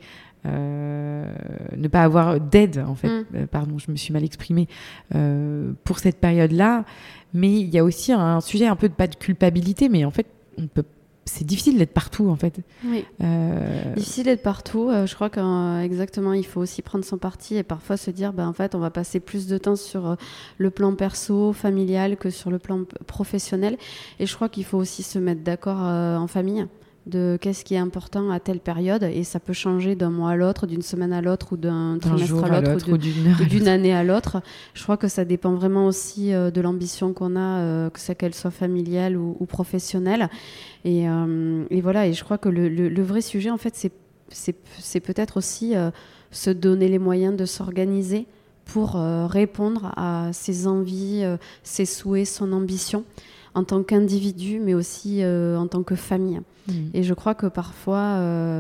ne pas avoir d'aide en fait. Pardon, je me suis mal exprimée pour cette période-là. Mais il y a aussi un sujet un peu pas de culpabilité, mais en fait, c'est difficile d'être partout en fait. Oui. Difficile d'être partout. Je crois qu'exactement, il faut aussi prendre son parti et parfois se dire, en fait, on va passer plus de temps sur le plan perso, familial que sur le plan professionnel. Et je crois qu'il faut aussi se mettre d'accord en famille de qu'est-ce qui est important à telle période, et ça peut changer d'un mois à l'autre, d'une semaine à l'autre, ou d'un trimestre à l'autre, ou d'une année à l'autre. Je crois que ça dépend vraiment aussi de l'ambition qu'on a, que ça qu'elle soit familiale ou professionnelle. Et voilà, et je crois que le vrai sujet, en fait, c'est peut-être aussi se donner les moyens de s'organiser pour répondre à ses envies, ses souhaits, son ambition, en tant qu'individu, mais aussi en tant que famille. Et je crois que parfois,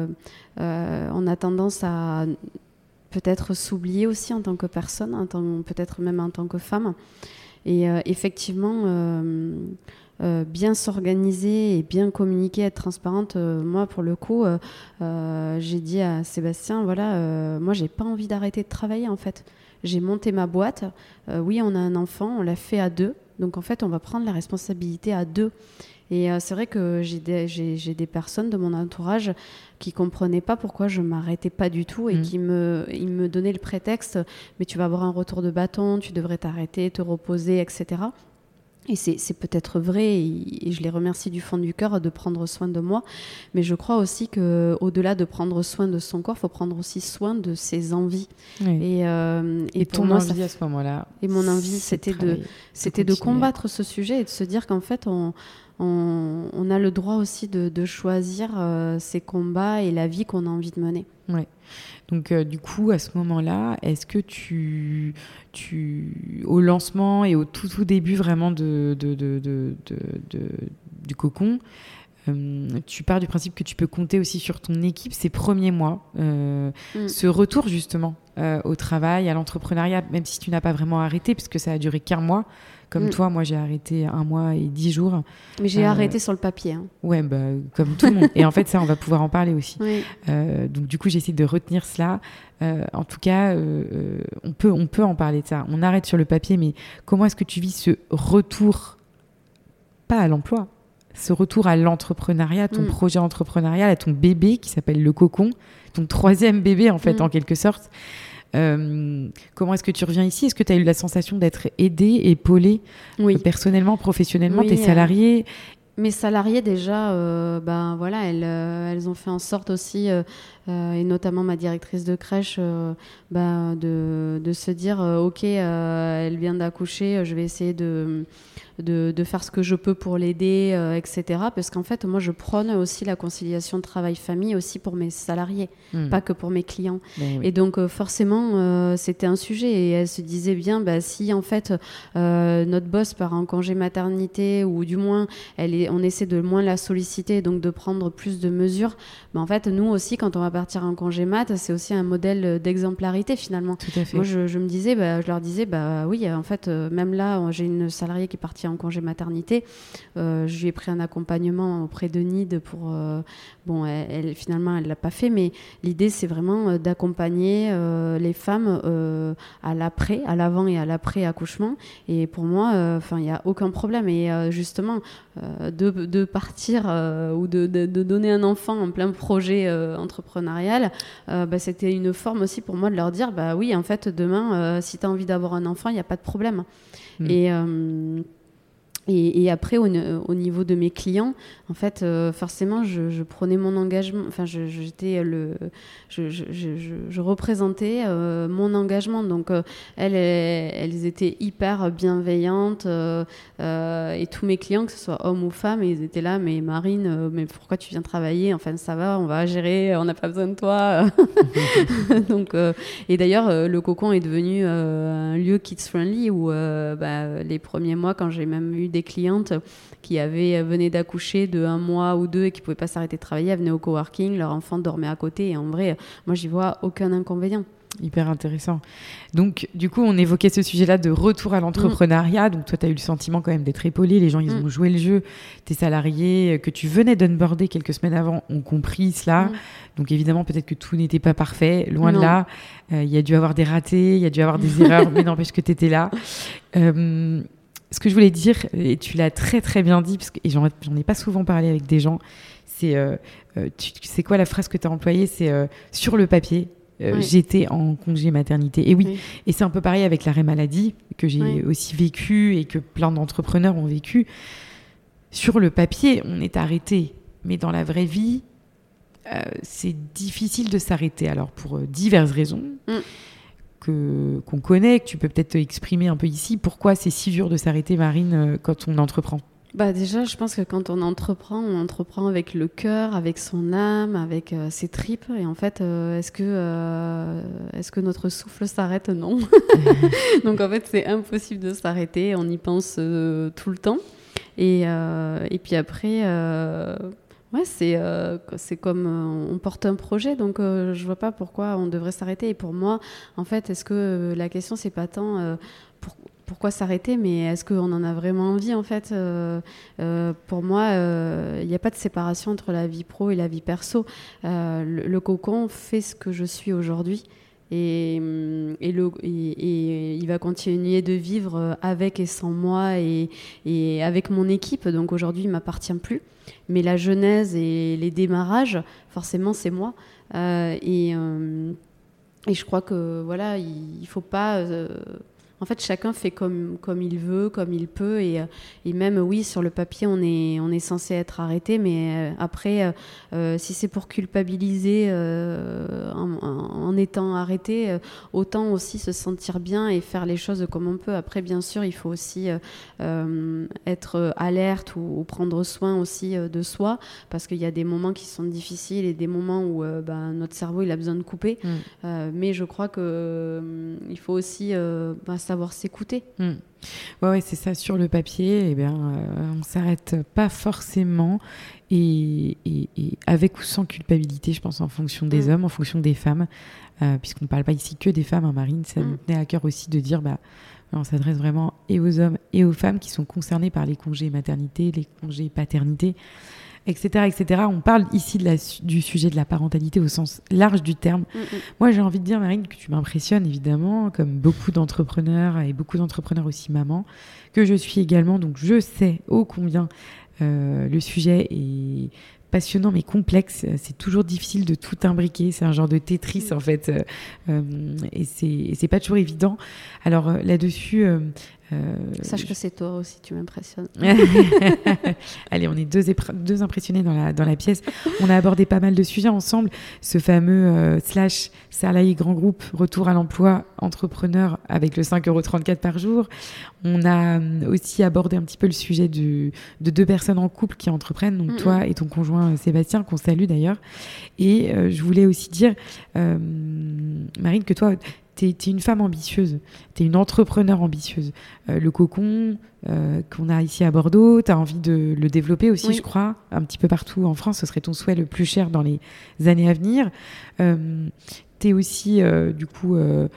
on a tendance à peut-être s'oublier aussi en tant que personne, peut-être même en tant que femme. Et effectivement, bien s'organiser et bien communiquer, être transparente. Moi, pour le coup, j'ai dit à Sébastien, voilà, moi, j'ai pas envie d'arrêter de travailler, en fait. J'ai monté ma boîte. Oui, on a un enfant, on l'a fait à 2. Donc, en fait, on va prendre la responsabilité à 2. Et c'est vrai que j'ai des personnes de mon entourage qui comprenaient pas pourquoi je m'arrêtais pas du tout et ils me donnaient le prétexte, mais tu vas avoir un retour de bâton, tu devrais t'arrêter, te reposer, etc. Et c'est peut-être vrai, et je les remercie du fond du cœur de prendre soin de moi, mais je crois aussi qu'au-delà de prendre soin de son corps, il faut prendre aussi soin de ses envies. Oui. Et pour ton moi, envie à ce moment-là, et mon envie, c'était de combattre ce sujet et de se dire qu'en fait, on a le droit aussi de choisir ses combats et la vie qu'on a envie de mener. Ouais. Donc du coup, à ce moment-là, est-ce que au lancement et au tout début vraiment du cocon, tu pars du principe que tu peux compter aussi sur ton équipe ces premiers mois, ce retour justement au travail, à l'entrepreneuriat, même si tu n'as pas vraiment arrêté, puisque ça a duré qu'un mois. Comme toi, moi, j'ai arrêté 1 mois et 10 jours. Mais j'ai arrêté sur le papier. Hein. Ouais, comme tout le monde. Et en fait, ça, on va pouvoir en parler aussi. Oui. Donc, du coup, j'essaie de retenir cela. En tout cas, on peut en parler de ça. On arrête sur le papier, mais comment est-ce que tu vis ce retour, pas à l'emploi, ce retour à l'entrepreneuriat, ton projet entrepreneurial, à ton bébé qui s'appelle le cocon, ton 3e bébé, en fait, en quelque sorte. Comment est-ce que tu reviens ici? Est-ce que tu as eu la sensation d'être aidée, épaulée, personnellement, professionnellement, tes salariés? Mes salariés déjà, voilà, elles ont fait en sorte aussi, et notamment ma directrice de crèche, de se dire ok, elle vient d'accoucher, je vais essayer de faire ce que je peux pour l'aider, etc. Parce qu'en fait, moi, je prône aussi la conciliation travail-famille aussi pour mes salariés, pas que pour mes clients. Oui. Et donc, forcément, c'était un sujet. Et elle se disait bien, si en fait, notre boss part en congé maternité, ou du moins, on essaie de moins la solliciter, donc de prendre plus de mesures. En fait, nous aussi, quand on va partir en congé mat, c'est aussi un modèle d'exemplarité, finalement. Tout à fait. Moi, je me disais, je leur disais, oui, en fait, même là, j'ai une salariée qui est partie en congé maternité. Je lui ai pris un accompagnement auprès de Nid pour... finalement, elle ne l'a pas fait, mais l'idée, c'est vraiment d'accompagner les femmes à l'avant et à l'après accouchement. Et pour moi, il n'y a aucun problème. Et justement, de partir ou de donner un enfant en plein projet entrepreneurial, c'était une forme aussi pour moi de leur dire, oui, en fait, demain, si tu as envie d'avoir un enfant, il n'y a pas de problème. Et après, au niveau de mes clients, en fait, forcément, je prenais mon engagement. Enfin, je représentais mon engagement. Donc, elles étaient hyper bienveillantes. Et tous mes clients, que ce soit hommes ou femmes, ils étaient là. Mais Marine, mais pourquoi tu viens travailler? Enfin, ça va, on va gérer. On n'a pas besoin de toi. Donc, et d'ailleurs, le cocon est devenu un lieu kids friendly où les premiers mois, quand j'ai même eu des clientes qui venaient d'accoucher de 1 mois ou 2 et qui ne pouvaient pas s'arrêter de travailler. Elles venaient au coworking, leur enfant dormait à côté. Et en vrai, moi, j'y vois aucun inconvénient. Hyper intéressant. Donc, du coup, on évoquait ce sujet-là de retour à l'entrepreneuriat. Donc, toi, tu as eu le sentiment quand même d'être épaulé. Les gens, ils ont joué le jeu. Tes salariés que tu venais d'onboarder quelques semaines avant ont compris cela. Donc, évidemment, peut-être que tout n'était pas parfait. Loin de là. Il y a dû avoir des ratés, il y a dû avoir des erreurs, mais n'empêche que tu étais là. Ce que je voulais dire, et tu l'as très, très bien dit, et j'en ai pas souvent parlé avec des gens, c'est c'est quoi la phrase que tu as employée ? C'est sur le papier. J'étais en congé maternité. Et oui, et c'est un peu pareil avec l'arrêt maladie que j'ai aussi vécu et que plein d'entrepreneurs ont vécu. Sur le papier, on est arrêté. Mais dans la vraie vie, c'est difficile de s'arrêter. Alors, pour diverses raisons qu'on connaît, que tu peux peut-être exprimer un peu ici. Pourquoi c'est si dur de s'arrêter, Marine, quand on entreprend ? Déjà, je pense que quand on entreprend avec le cœur, avec son âme, avec ses tripes. Et en fait, est-ce que notre souffle s'arrête ? Non. Donc en fait, c'est impossible de s'arrêter. On y pense tout le temps. Et puis après, c'est comme on porte un projet. Donc je vois pas pourquoi on devrait s'arrêter. Et pour moi, en fait, est-ce que la question, c'est pas tant pourquoi s'arrêter, mais est-ce qu'on en a vraiment envie en fait Pour moi, il n'y a pas de séparation entre la vie pro et la vie perso. Le cocon fait ce que je suis aujourd'hui et il va continuer de vivre avec et sans moi et avec mon équipe. Donc aujourd'hui, il ne m'appartient plus. Mais la genèse et les démarrages, forcément, c'est moi. Et je crois que voilà, il ne faut pas... En fait, chacun fait comme il veut, comme il peut. Et même, oui, sur le papier, on est censé être arrêté. Mais après, si c'est pour culpabiliser en étant arrêté, autant aussi se sentir bien et faire les choses comme on peut. Après, bien sûr, il faut aussi être alerte ou prendre soin aussi de soi. Parce qu'il y a des moments qui sont difficiles et des moments où notre cerveau, il a besoin de couper. Mais je crois qu'il faut aussi... savoir s'écouter. Ouais, c'est ça. Sur le papier, on s'arrête pas forcément et avec ou sans culpabilité, je pense, en fonction des hommes, en fonction des femmes, puisqu'on ne parle pas ici que des femmes, hein, Marine. Ça me tenait à cœur aussi de dire, on s'adresse vraiment et aux hommes et aux femmes qui sont concernés par les congés maternité, les congés paternité, etc., etc. On parle ici du sujet de la parentalité au sens large du terme. Moi, j'ai envie de dire, Marine, que tu m'impressionnes évidemment, comme beaucoup d'entrepreneurs et beaucoup d'entrepreneurs aussi mamans, que je suis également. Donc, je sais ô combien le sujet est passionnant mais complexe. C'est toujours difficile de tout imbriquer. C'est un genre de Tetris en fait, et c'est pas toujours évident. Alors là-dessus. Sache que c'est toi aussi, tu m'impressionnes. Allez, on est deux impressionnés dans la pièce. On a abordé pas mal de sujets ensemble. Ce fameux / salarié grand groupe, retour à l'emploi, entrepreneur avec le 5,34 € par jour. On a aussi abordé un petit peu le sujet de 2 personnes en couple qui entreprennent, donc toi et ton conjoint Sébastien, qu'on salue d'ailleurs. Et je voulais aussi dire, Marine, que toi... T'es une femme ambitieuse, t'es une entrepreneur ambitieuse. Le cocon qu'on a ici à Bordeaux, t'as envie de le développer aussi, je crois, un petit peu partout en France. Ce serait ton souhait le plus cher dans les années à venir. T'es aussi, du coup,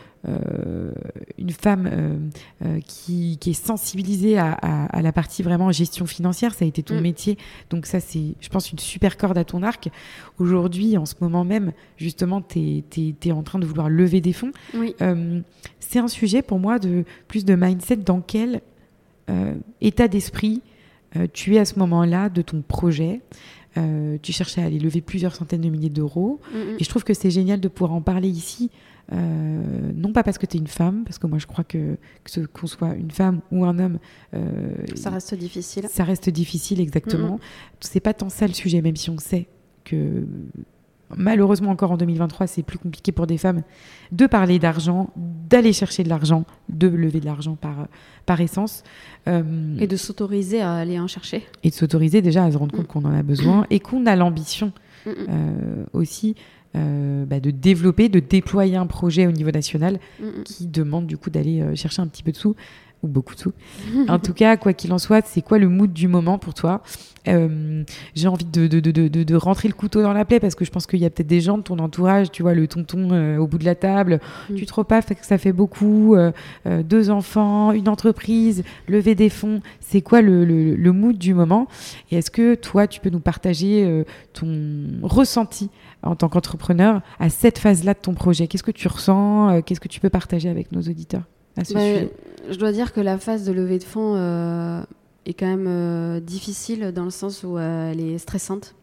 une femme qui est sensibilisée à la partie vraiment gestion financière. Ça a été ton métier. Donc ça, c'est, je pense, une super corde à ton arc. Aujourd'hui, en ce moment même, justement, t'es en train de vouloir lever des fonds. C'est un sujet pour moi de plus de mindset. Dans quel état d'esprit tu es à ce moment-là de ton projet? Tu cherchais à aller lever plusieurs centaines de milliers d'euros. Et je trouve que c'est génial de pouvoir en parler ici. Non pas parce que tu es une femme, parce que moi je crois qu'on soit une femme ou un homme, ça reste difficile. Ça reste difficile, exactement. C'est pas tant ça le sujet, même si on sait que malheureusement encore en 2023 c'est plus compliqué pour des femmes de parler d'argent, d'aller chercher de l'argent, de lever de l'argent par essence, et de s'autoriser à aller en chercher, et de s'autoriser déjà à se rendre compte qu'on en a besoin et qu'on a l'ambition aussi de développer, de déployer un projet au niveau national qui demande du coup d'aller chercher un petit peu de sous. ou beaucoup tout. En tout cas, quoi qu'il en soit, c'est quoi le mood du moment pour toi? J'ai envie de rentrer le couteau dans la plaie parce que je pense qu'il y a peut-être des gens de ton entourage, tu vois, le tonton au bout de la table, tu te repasses, ça fait beaucoup, 2 enfants, une entreprise, lever des fonds, c'est quoi le mood du moment? Et est-ce que toi, tu peux nous partager ton ressenti en tant qu'entrepreneur à cette phase-là de ton projet? Qu'est-ce que tu ressens? Qu'est-ce que tu peux partager avec nos auditeurs à ce sujet? Je dois dire que la phase de levée de fonds est quand même difficile dans le sens où elle est stressante,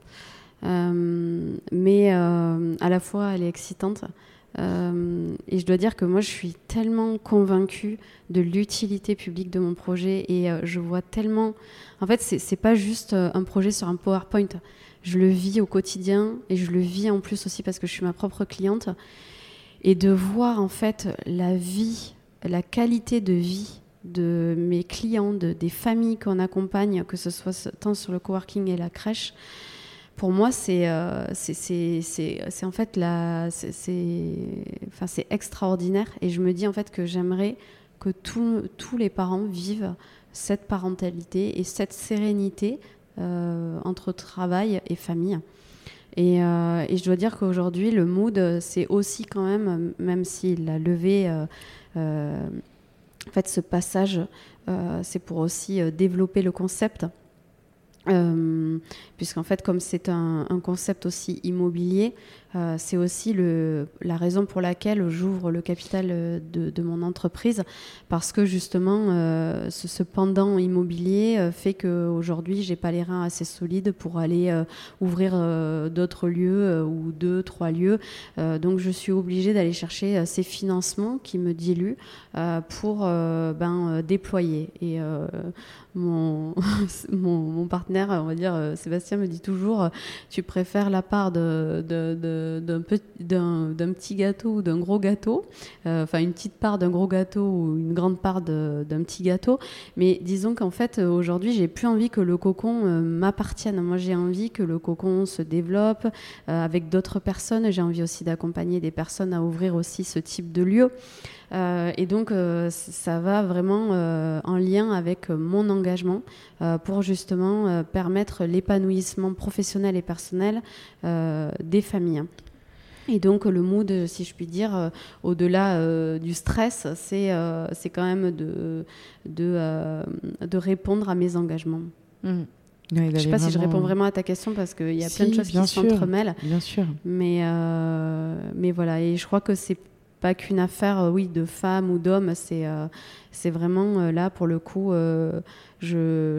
mais à la fois elle est excitante. Et je dois dire que moi je suis tellement convaincue de l'utilité publique de mon projet et je vois tellement... En fait, c'est pas juste un projet sur un PowerPoint. Je le vis au quotidien et je le vis en plus aussi parce que je suis ma propre cliente. Et de voir en fait la vie, la qualité de vie de mes clients, des familles qu'on accompagne, que ce soit tant sur le coworking et la crèche, pour moi c'est en fait c'est extraordinaire. Et je me dis en fait que j'aimerais que tous les parents vivent cette parentalité et cette sérénité entre travail et famille. Et je dois dire qu'aujourd'hui, le mood, c'est aussi quand même s'il a levé, en fait, ce passage, c'est pour aussi développer le concept. Puisqu'en fait, comme c'est un concept aussi immobilier, c'est aussi la raison pour laquelle j'ouvre le capital de mon entreprise, parce que justement ce pendant immobilier fait qu'aujourd'hui j'ai pas les reins assez solides pour aller ouvrir d'autres lieux ou 2-3 lieux, donc je suis obligée d'aller chercher ces financements qui me diluent pour déployer. Et mon partenaire, on va dire Sébastien, me dit toujours tu préfères la part d'un petit gâteau ou d'un gros gâteau, enfin une petite part d'un gros gâteau ou une grande part d'un petit gâteau, mais disons qu'en fait aujourd'hui j'ai plus envie que le cocon m'appartienne. Moi j'ai envie que le cocon se développe avec d'autres personnes. J'ai envie aussi d'accompagner des personnes à ouvrir aussi ce type de lieu. Et donc ça va vraiment en lien avec mon engagement pour justement permettre l'épanouissement professionnel et personnel des familles. Et donc le mood, si je puis dire, au-delà du stress, c'est quand même de répondre à mes engagements. Mmh. Je ne sais pas si je réponds vraiment à ta question parce qu'il y a plein de choses qui s'entremêlent. Bien sûr. Mais voilà, et je crois que c'est pas qu'une affaire de femmes ou d'hommes, c'est vraiment là pour le coup je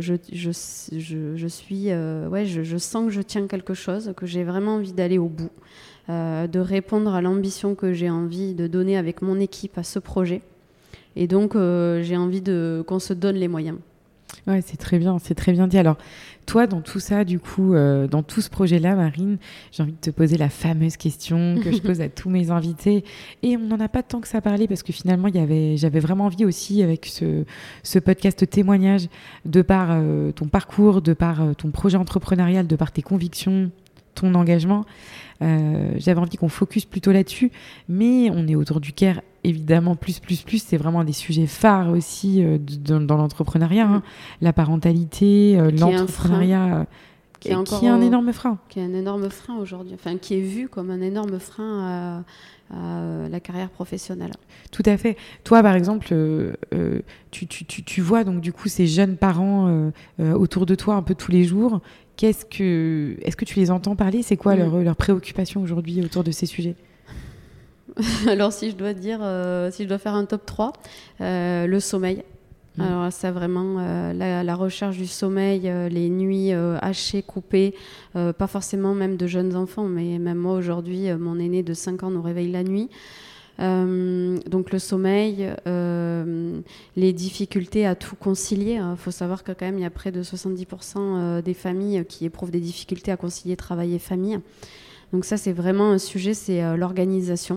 sens que je tiens quelque chose, que j'ai vraiment envie d'aller au bout, de répondre à l'ambition que j'ai envie de donner avec mon équipe à ce projet, et donc j'ai envie qu'on se donne les moyens. Ouais, c'est très bien dit. Alors, toi, dans tout ça, du coup, dans tout ce projet-là, Marine, j'ai envie de te poser la fameuse question que je pose à tous mes invités. Et on n'en a pas tant que ça parlé parce que finalement, j'avais vraiment envie aussi, avec ce podcast témoignage, de par ton parcours, de par ton projet entrepreneurial, de par tes convictions, ton engagement. J'avais envie qu'on focus plutôt là-dessus, mais on est autour du CARE, évidemment, plus, c'est vraiment un des sujets phares aussi dans l'entrepreneuriat, hein. La parentalité, l'entrepreneuriat, qui est un énorme frein. Qui est un énorme frein aujourd'hui, enfin qui est vu comme un énorme frein à la carrière professionnelle. Tout à fait. Toi, par exemple, tu vois donc du coup ces jeunes parents autour de toi un peu tous les jours. Est-ce que tu les entends parler? C'est quoi leur préoccupation aujourd'hui autour de ces sujets? Alors si je dois faire un top 3, le sommeil. Alors ça vraiment la recherche du sommeil, les nuits hachées, coupées, pas forcément même de jeunes enfants, mais même moi aujourd'hui, mon aîné de 5 ans nous réveille la nuit. Donc le sommeil, les difficultés à tout concilier. Il faut savoir que quand même il y a près de 70% des familles qui éprouvent des difficultés à concilier travail et famille. Donc ça c'est vraiment un sujet, c'est l'organisation.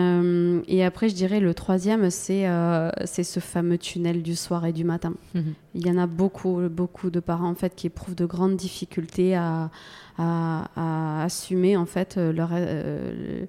Et après je dirais le troisième, c'est ce fameux tunnel du soir et du matin. Il y en a beaucoup de parents en fait qui éprouvent de grandes difficultés à assumer en fait le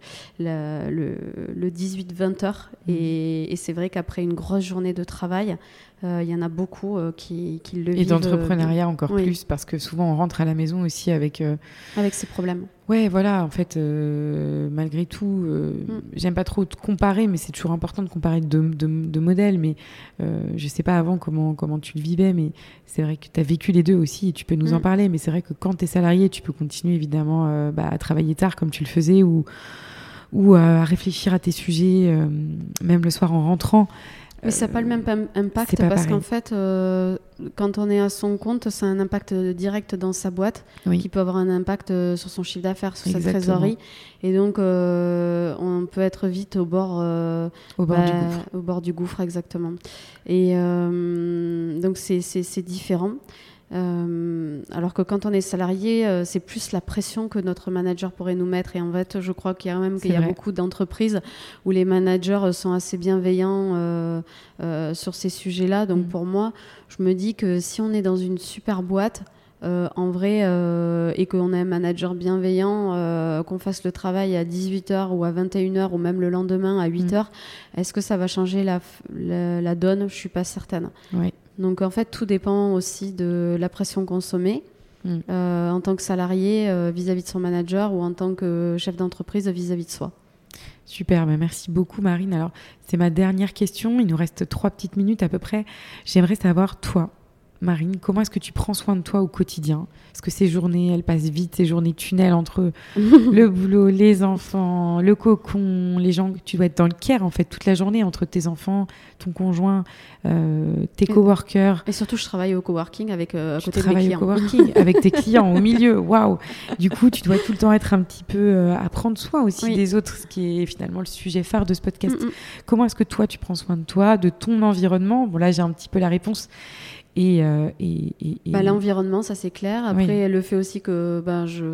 18-20 heures. Et c'est vrai qu'après une grosse journée de travail, il y en a beaucoup qui le vivent. Et d'entrepreneuriat encore plus, parce que souvent on rentre à la maison aussi avec ses problèmes. Ouais, voilà, en fait, malgré tout, j'aime pas trop te comparer, mais c'est toujours important de comparer de modèles. Mais je sais pas avant comment tu le vivais, mais c'est vrai que tu as vécu les deux aussi et tu peux nous en parler. Mais c'est vrai que quand tu es salarié, tu peux continuer évidemment à travailler tard comme tu le faisais ou à réfléchir à tes sujets, même le soir en rentrant. Mais ça n'a pas le même impact parce qu'en fait, quand on est à son compte, c'est un impact direct dans sa boîte qui peut avoir un impact sur son chiffre d'affaires, sur sa trésorerie. Et donc, on peut être vite au bord du gouffre, exactement. Et donc, c'est différent. Alors que quand on est salarié, c'est plus la pression que notre manager pourrait nous mettre. Et en fait, je crois qu'il y a beaucoup d'entreprises où les managers sont assez bienveillants sur ces sujets-là. Donc pour moi, je me dis que si on est dans une super boîte, en vrai, et qu'on a un manager bienveillant, qu'on fasse le travail à 18h ou à 21h ou même le lendemain à 8h, est-ce que ça va changer la donne ? Je ne suis pas certaine. Oui. Donc en fait, tout dépend aussi de la pression consommée en tant que salarié vis-à-vis de son manager ou en tant que chef d'entreprise vis-à-vis de soi. Super, merci beaucoup Marine. Alors, c'est ma dernière question. Il nous reste 3 petites minutes à peu près. J'aimerais savoir, toi, Marine, comment est-ce que tu prends soin de toi au quotidien ? Parce que ces journées, elles passent vite, ces journées tunnels entre le boulot, les enfants, le cocon, les gens, tu dois être dans le care en fait toute la journée entre tes enfants, ton conjoint, tes coworkers. Et surtout, je travaille au coworking avec à côté de mes clients. Tu travailles au coworking avec tes clients au milieu, waouh. Du coup, tu dois tout le temps être un petit peu à prendre soin aussi des autres, ce qui est finalement le sujet phare de ce podcast. Comment est-ce que toi, tu prends soin de toi, de ton environnement ? Bon, là, j'ai un petit peu la réponse. L'environnement, ça c'est clair. Après, le fait aussi que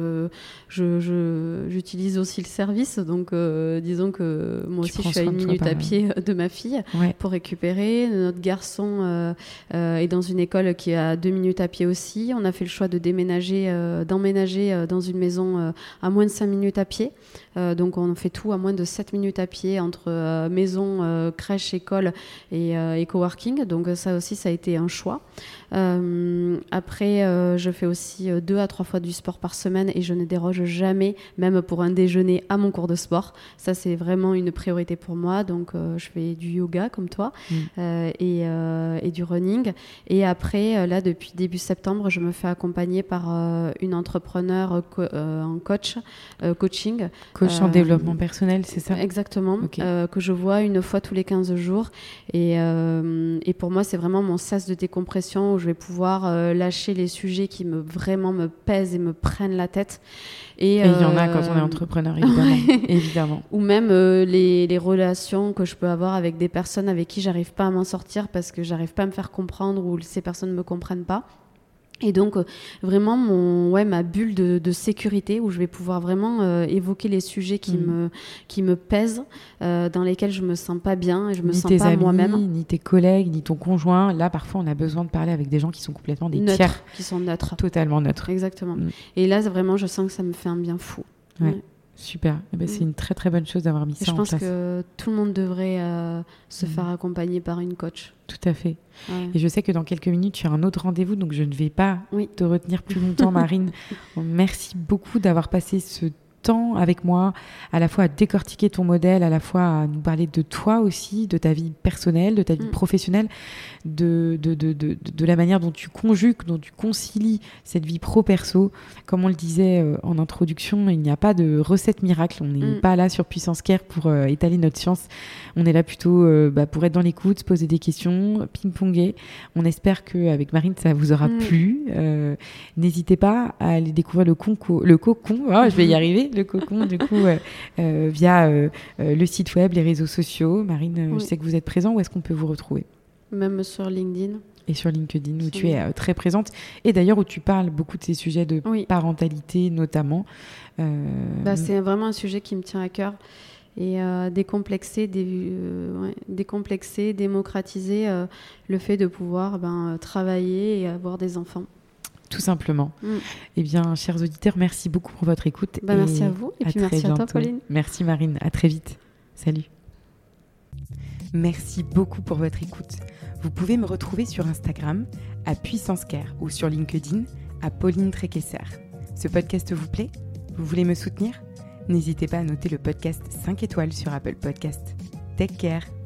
j'utilise aussi le service. Donc, disons que moi aussi, je suis à 1 minute à pied de ma fille pour récupérer. Notre garçon est dans une école qui est à 2 minutes à pied aussi. On a fait le choix de d'emménager dans une maison à moins de 5 minutes à pied. Donc, on fait tout à moins de 7 minutes à pied entre maison, crèche, école et coworking. Donc, ça aussi, ça a été un choix. Après, je fais aussi 2 à 3 fois du sport par semaine et je ne déroge jamais, même pour un déjeuner, à mon cours de sport. Ça, c'est vraiment une priorité pour moi. Donc, je fais du yoga comme toi et du running. Et après, là, depuis début septembre, je me fais accompagner par une entrepreneure en coaching. Coach en développement personnel, c'est ça ? Exactement, que je vois 1 fois tous les 15 jours. Et pour moi, c'est vraiment mon sas de décompression où je vais pouvoir lâcher les sujets qui vraiment me pèsent et me prennent la tête. Et il y en a quand on est entrepreneur, évidemment. évidemment. Ou même les relations que je peux avoir avec des personnes avec qui j'arrive pas à m'en sortir parce que j'arrive pas à me faire comprendre ou ces personnes ne me comprennent pas. Et donc, vraiment, ma bulle de sécurité où je vais pouvoir vraiment évoquer les sujets qui me pèsent, dans lesquels je me sens pas bien et je me sens pas moi-même. Ni tes collègues, ni ton conjoint. Là, parfois, on a besoin de parler avec des gens qui sont complètement des tiers. Qui sont neutres. Totalement neutres. Exactement. Et là, vraiment, je sens que ça me fait un bien fou. Ouais. Super. C'est une très très bonne chose d'avoir mis ça en place. Je pense que tout le monde devrait se faire accompagner par une coach. Tout à fait. Ouais. Et je sais que dans quelques minutes, tu as un autre rendez-vous, donc je ne vais pas te retenir plus longtemps, Marine. Merci beaucoup d'avoir passé ce temps avec moi, à la fois à décortiquer ton modèle, à la fois à nous parler de toi aussi, de ta vie personnelle, de ta vie professionnelle, de la manière dont tu conjugues, dont tu concilies cette vie pro-perso. Comme on le disait en introduction, il n'y a pas de recette miracle. On n'est pas là sur Puissance Care pour étaler notre science. On est là plutôt pour être dans l'écoute, se poser des questions, ping-ponger. On espère qu'avec Marine, ça vous aura plu. N'hésitez pas à aller découvrir le cocon. Je vais y arriver. Le cocon, du coup, via le site web, les réseaux sociaux. Marine, je sais que vous êtes présent. Où est-ce qu'on peut vous retrouver ? Même sur LinkedIn. Et sur LinkedIn, où tu es très présente. Et d'ailleurs, où tu parles beaucoup de ces sujets de parentalité, notamment. C'est vraiment un sujet qui me tient à cœur. et décomplexer, démocratiser le fait de pouvoir travailler et avoir des enfants. Tout simplement. Eh bien, chers auditeurs, merci beaucoup pour votre écoute. Merci à vous et puis merci à toi, Pauline. Merci Marine, à très vite. Salut. Merci beaucoup pour votre écoute. Vous pouvez me retrouver sur Instagram à Puissance Care ou sur LinkedIn à Pauline Tréquesser. Ce podcast vous plaît ? Vous voulez me soutenir ? N'hésitez pas à noter le podcast 5 étoiles sur Apple Podcast. Take care.